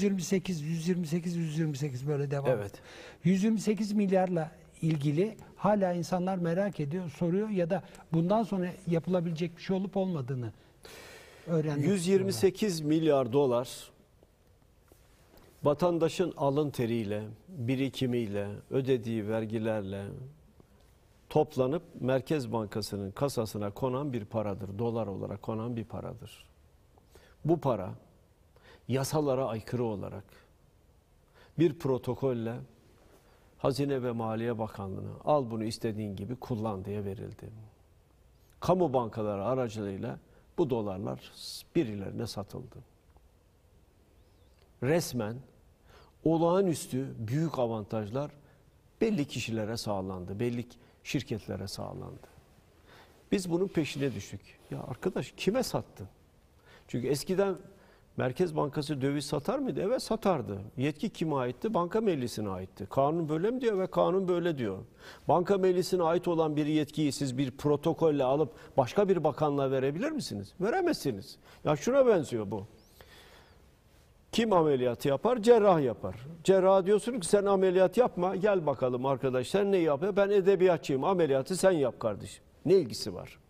128 böyle devam. Evet. 128 milyarla ilgili hala insanlar merak ediyor, soruyor ya da bundan sonra yapılabilecek bir şey olup olmadığını öğrenmek 128 milyar dolar vatandaşın alın teriyle, birikimiyle, ödediği vergilerle toplanıp Merkez Bankası'nın kasasına konan bir paradır. Dolar olarak konan bir paradır. Bu para yasalara aykırı olarak bir protokolle Hazine ve Maliye Bakanlığı'na al bunu istediğin gibi kullan diye verildi. Kamu bankaları aracılığıyla bu dolarlar birilerine satıldı. Resmen olağanüstü büyük avantajlar belli kişilere sağlandı, belli şirketlere sağlandı. Biz bunun peşine düştük. Ya arkadaş kime sattın? Çünkü eskiden Merkez Bankası döviz satar mıydı? Evet satardı. Yetki kime aitti? Banka meclisine aitti. Kanun böyle mi diyor? Ve kanun böyle diyor. Banka meclisine ait olan bir yetkiyi siz bir protokolle alıp başka bir bakanlığa verebilir misiniz? Veremezsiniz. Ya şuna benziyor bu. Kim ameliyatı yapar? Cerrah yapar. Cerrah diyorsun ki sen ameliyat yapma. Gel bakalım arkadaş sen ne yapıyor? Ben edebiyatçıyım. Ameliyatı sen yap kardeşim. Ne ilgisi var?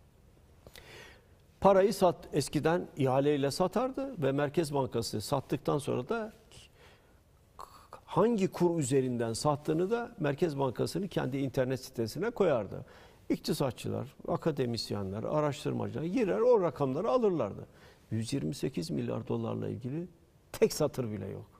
Parayı eskiden ihaleyle satardı ve Merkez Bankası sattıktan sonra da hangi kur üzerinden sattığını da Merkez Bankası'nın kendi internet sitesine koyardı. İktisatçılar, akademisyenler, araştırmacılar girer o rakamları alırlardı. 128 milyar dolarla ilgili tek satır bile yok.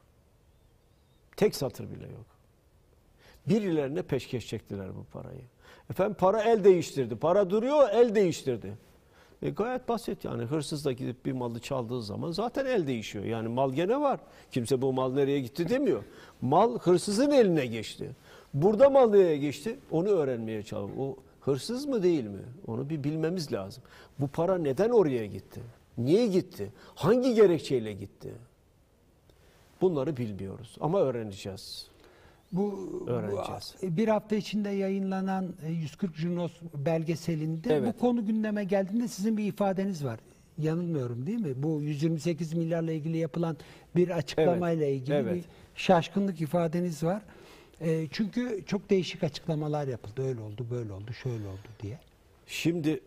Tek satır bile yok. Birilerine peşkeş çektiler bu parayı. Efendim para el değiştirdi. Para duruyor, el değiştirdi. Gayet basit yani hırsız da gidip bir malı çaldığı zaman zaten el değişiyor. Yani mal gene var. Kimse bu mal nereye gitti demiyor. Mal hırsızın eline geçti. Burada mal nereye geçti? Onu öğrenmeye çalışıyor. O hırsız mı değil mi? Onu bir bilmemiz lazım. Bu para neden oraya gitti? Niye gitti? Hangi gerekçeyle gitti? Bunları bilmiyoruz ama öğreneceğiz. Bu Öğreneceğiz. bir hafta içinde yayınlanan 140 Junos belgeselinde Evet. bu konu gündeme geldiğinde sizin bir ifadeniz var. Yanılmıyorum değil mi? Bu 128 milyarla ilgili yapılan bir açıklamayla ilgili Evet. bir şaşkınlık ifadeniz var. Çünkü çok değişik açıklamalar yapıldı. Öyle oldu, böyle oldu, şöyle oldu diye. Şimdi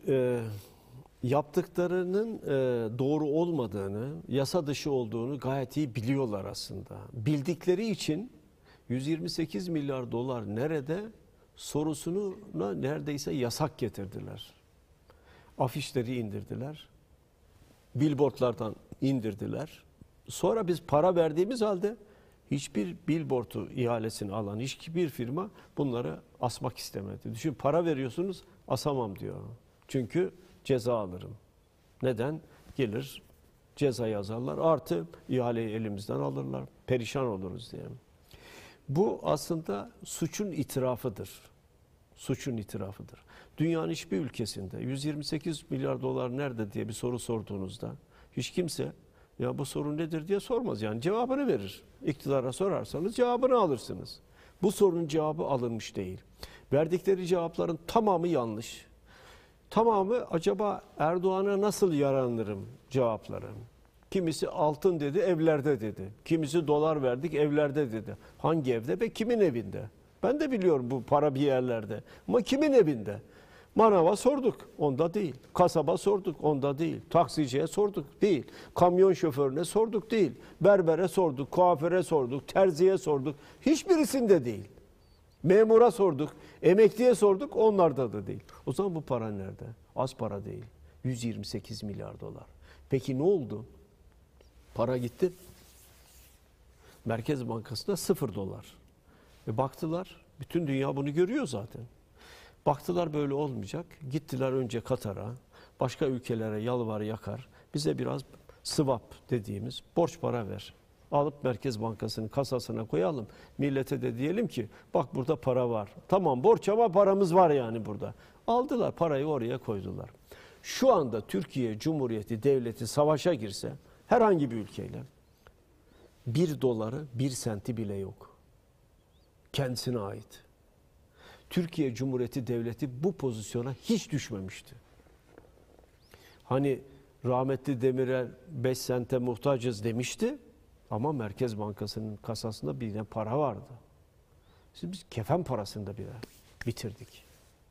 yaptıklarının doğru olmadığını, yasa dışı olduğunu gayet iyi biliyorlar aslında. Bildikleri için 128 milyar dolar nerede sorusuna neredeyse yasak getirdiler. Afişleri indirdiler. Billboardlardan indirdiler. Sonra biz para verdiğimiz halde hiçbir billboardu ihalesini alan hiçbir firma bunları asmak istemedi. Düşün para veriyorsunuz asamam diyor. Çünkü ceza alırım. Neden? Gelir ceza yazarlar artı ihaleyi elimizden alırlar. Perişan oluruz diye. Bu aslında suçun itirafıdır. Suçun itirafıdır. Dünyanın hiçbir ülkesinde 128 milyar dolar nerede diye bir soru sorduğunuzda hiç kimse ya bu sorun nedir diye sormaz. Yani cevabını verir. İktidara sorarsanız cevabını alırsınız. Bu sorunun cevabı alınmış değil. Verdikleri cevapların tamamı yanlış. Tamamı acaba Erdoğan'a nasıl yaranırım cevapları. Kimisi altın dedi, evlerde dedi. Kimisi dolar verdik, evlerde dedi. Hangi evde ve kimin evinde? Ben de biliyorum bu para bir yerlerde. Ama kimin evinde? Manava sorduk, onda değil. Kasaba sorduk, onda değil. Taksiciye sorduk, değil. Kamyon şoförüne sorduk, değil. Berbere sorduk, kuaföre sorduk, terziye sorduk. Hiçbirisinde değil. Memura sorduk, emekliye sorduk, onlarda da değil. O zaman bu para nerede? Az para değil. 128 milyar dolar. Peki ne oldu? Para gitti. Merkez Bankası'nda 0 dolar. Baktılar, bütün dünya bunu görüyor zaten. Baktılar böyle olmayacak. Gittiler önce Katar'a, başka ülkelere yalvar yakar. Bize biraz swap dediğimiz borç para ver. Alıp Merkez Bankası'nın kasasına koyalım. Millete de diyelim ki bak burada para var. Tamam borç ama paramız var yani burada. Aldılar parayı oraya koydular. Şu anda Türkiye Cumhuriyeti Devleti savaşa girse herhangi bir ülkeyle 1 doları 1 senti bile yok. Kendisine ait. Türkiye Cumhuriyeti Devleti bu pozisyona hiç düşmemişti. Hani rahmetli Demirel 5 sente muhtacız demişti ama Merkez Bankası'nın kasasında bir de para vardı. Şimdi biz kefen parasını da bile bitirdik.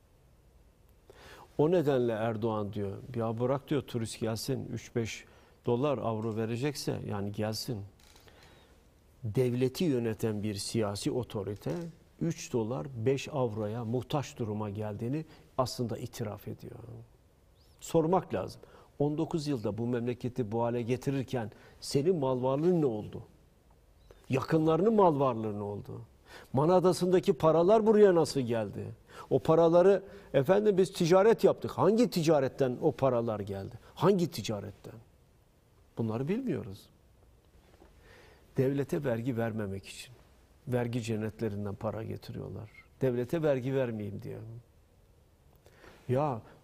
O nedenle Erdoğan diyor, ya bırak diyor turist gelsin 3-5 dolar avro verecekse yani gelsin. Devleti yöneten bir siyasi otorite 3 dolar 5 avroya muhtaç duruma geldiğini aslında itiraf ediyor. Sormak lazım. 19 yılda bu memleketi bu hale getirirken senin mal varlığın ne oldu? Yakınlarının mal varlığı ne oldu? Manadası'ndaki paralar buraya nasıl geldi? O paraları efendim biz ticaret yaptık. Hangi ticaretten o paralar geldi? Hangi ticaretten? Bunları bilmiyoruz. Devlete vergi vermemek için. Vergi cennetlerinden para getiriyorlar. Devlete vergi vermeyeyim diye. Ya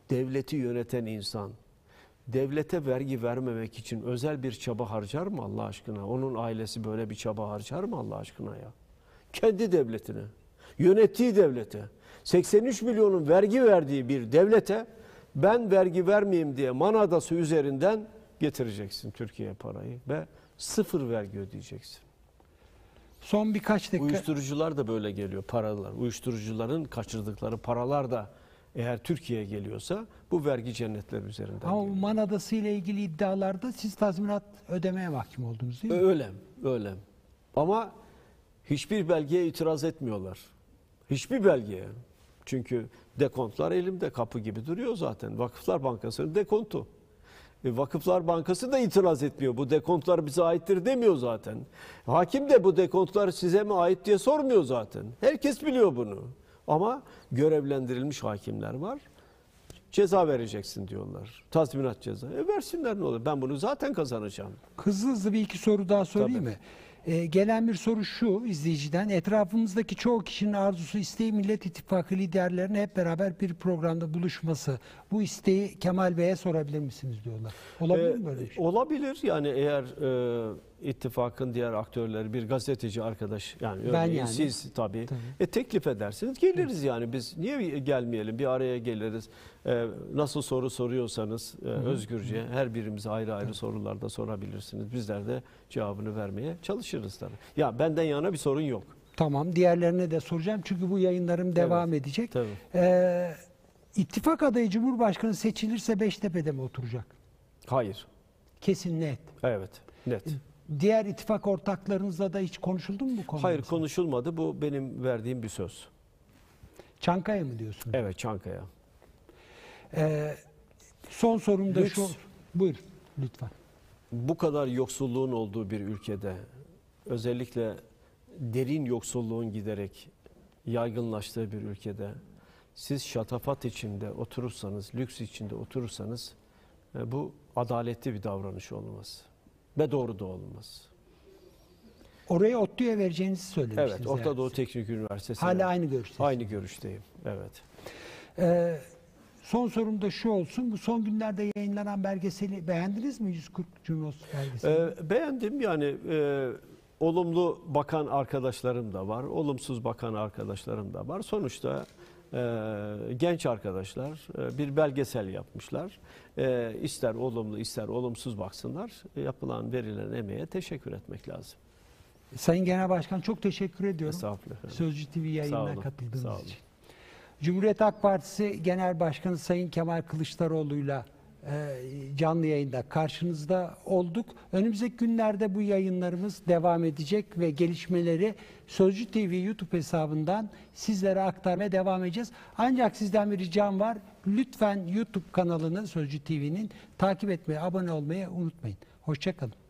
devleti yöneten insan devlete vergi vermemek için özel bir çaba harcar mı Allah aşkına? Onun ailesi böyle bir çaba harcar mı Allah aşkına ya? Kendi devletine, yönettiği devlete, 83 milyonun vergi verdiği bir devlete ben vergi vermeyeyim diye Man Adası üzerinden getireceksin Türkiye'ye parayı ve sıfır vergi ödeyeceksin. Son birkaç dakika. Uyuşturucular da böyle geliyor, paralar. Uyuşturucuların kaçırdıkları paralar da eğer Türkiye'ye geliyorsa bu vergi cennetleri üzerinden Ama geliyor. Man Adası ile ilgili iddialarda siz tazminat ödemeye mahkum oldunuz değil mi? Öyle. Ama hiçbir belgeye itiraz etmiyorlar. Hiçbir belgeye. Çünkü dekontlar elimde kapı gibi duruyor zaten. Vakıflar Bankası'nın dekontu. Vakıflar Bankası da itiraz etmiyor. Bu dekontlar bize aittir demiyor zaten. Hakim de bu dekontlar size mi ait diye sormuyor zaten. Herkes biliyor bunu. Ama görevlendirilmiş hakimler var. Ceza vereceksin diyorlar. Tazminat ceza. Versinler ne olur. Ben bunu zaten kazanacağım. Hızlı bir iki soru daha sorayım Tabii. mı? Gelen bir soru şu izleyiciden. Etrafımızdaki çoğu kişinin arzusu, isteği Millet İttifakı liderlerinin hep beraber bir programda buluşması. Bu isteği Kemal Bey'e sorabilir misiniz diyorlar. Olabilir mi böyle bir şey? Olabilir. Yani eğer ittifakın diğer aktörleri bir gazeteci arkadaş yani Ben örneğin yani. siz tabii. Teklif edersiniz geliriz yani biz niye gelmeyelim bir araya geliriz. Nasıl soru soruyorsanız özgürce her birimize ayrı ayrı sorularda sorabilirsiniz. Bizler de cevabını vermeye çalışırız tabii. Ya benden yana bir sorun yok. Tamam. Diğerlerine de soracağım. Çünkü bu yayınlarım devam edecek. Tabii. İttifak adayı Cumhurbaşkanı seçilirse Beştepe'de mi oturacak? Hayır. Kesin net. Evet. Net. Diğer ittifak ortaklarınızla da hiç konuşuldu mu bu konuda? Hayır mesela? konuşulmadı. Bu benim verdiğim bir söz. Çankaya mı diyorsun? Evet Çankaya. Son sorum da Lüks. şu. Buyur lütfen. Bu kadar yoksulluğun olduğu bir ülkede özellikle derin yoksulluğun giderek yaygınlaştığı bir ülkede siz şatafat içinde oturursanız, lüks içinde oturursanız bu adaletli bir davranış olmaz. Ve doğru da olmaz. Oraya ODTÜ'ye vereceğinizi söylemiştiniz. Evet, Orta yani. Doğu Teknik Üniversitesi. Hala aynı görüştesiniz. Aynı görüşteyim, evet. Son sorum da şu olsun. Bu son günlerde yayınlanan belgeseli beğendiniz mi? 140 Cumhuriyet belgeseli. Beğendim yani olumlu bakan arkadaşlarım da var, olumsuz bakan arkadaşlarım da var. Sonuçta genç arkadaşlar bir belgesel yapmışlar. İster olumlu ister olumsuz baksınlar. Yapılan verilen emeğe teşekkür etmek lazım. Sayın Genel Başkan çok teşekkür ediyorum. Estağfurullah. Sözcü TV Sağ yayınına olun, katıldığınız sağ olun. için. Cumhuriyet Halk Partisi Genel Başkanı Sayın Kemal Kılıçdaroğlu'yla canlı yayında karşınızda olduk. Önümüzdeki günlerde bu yayınlarımız devam edecek ve gelişmeleri Sözcü TV YouTube hesabından sizlere aktarmaya devam edeceğiz. Ancak sizden bir ricam var. Lütfen YouTube kanalını Sözcü TV'nin takip etmeyi, abone olmayı unutmayın. Hoşça kalın.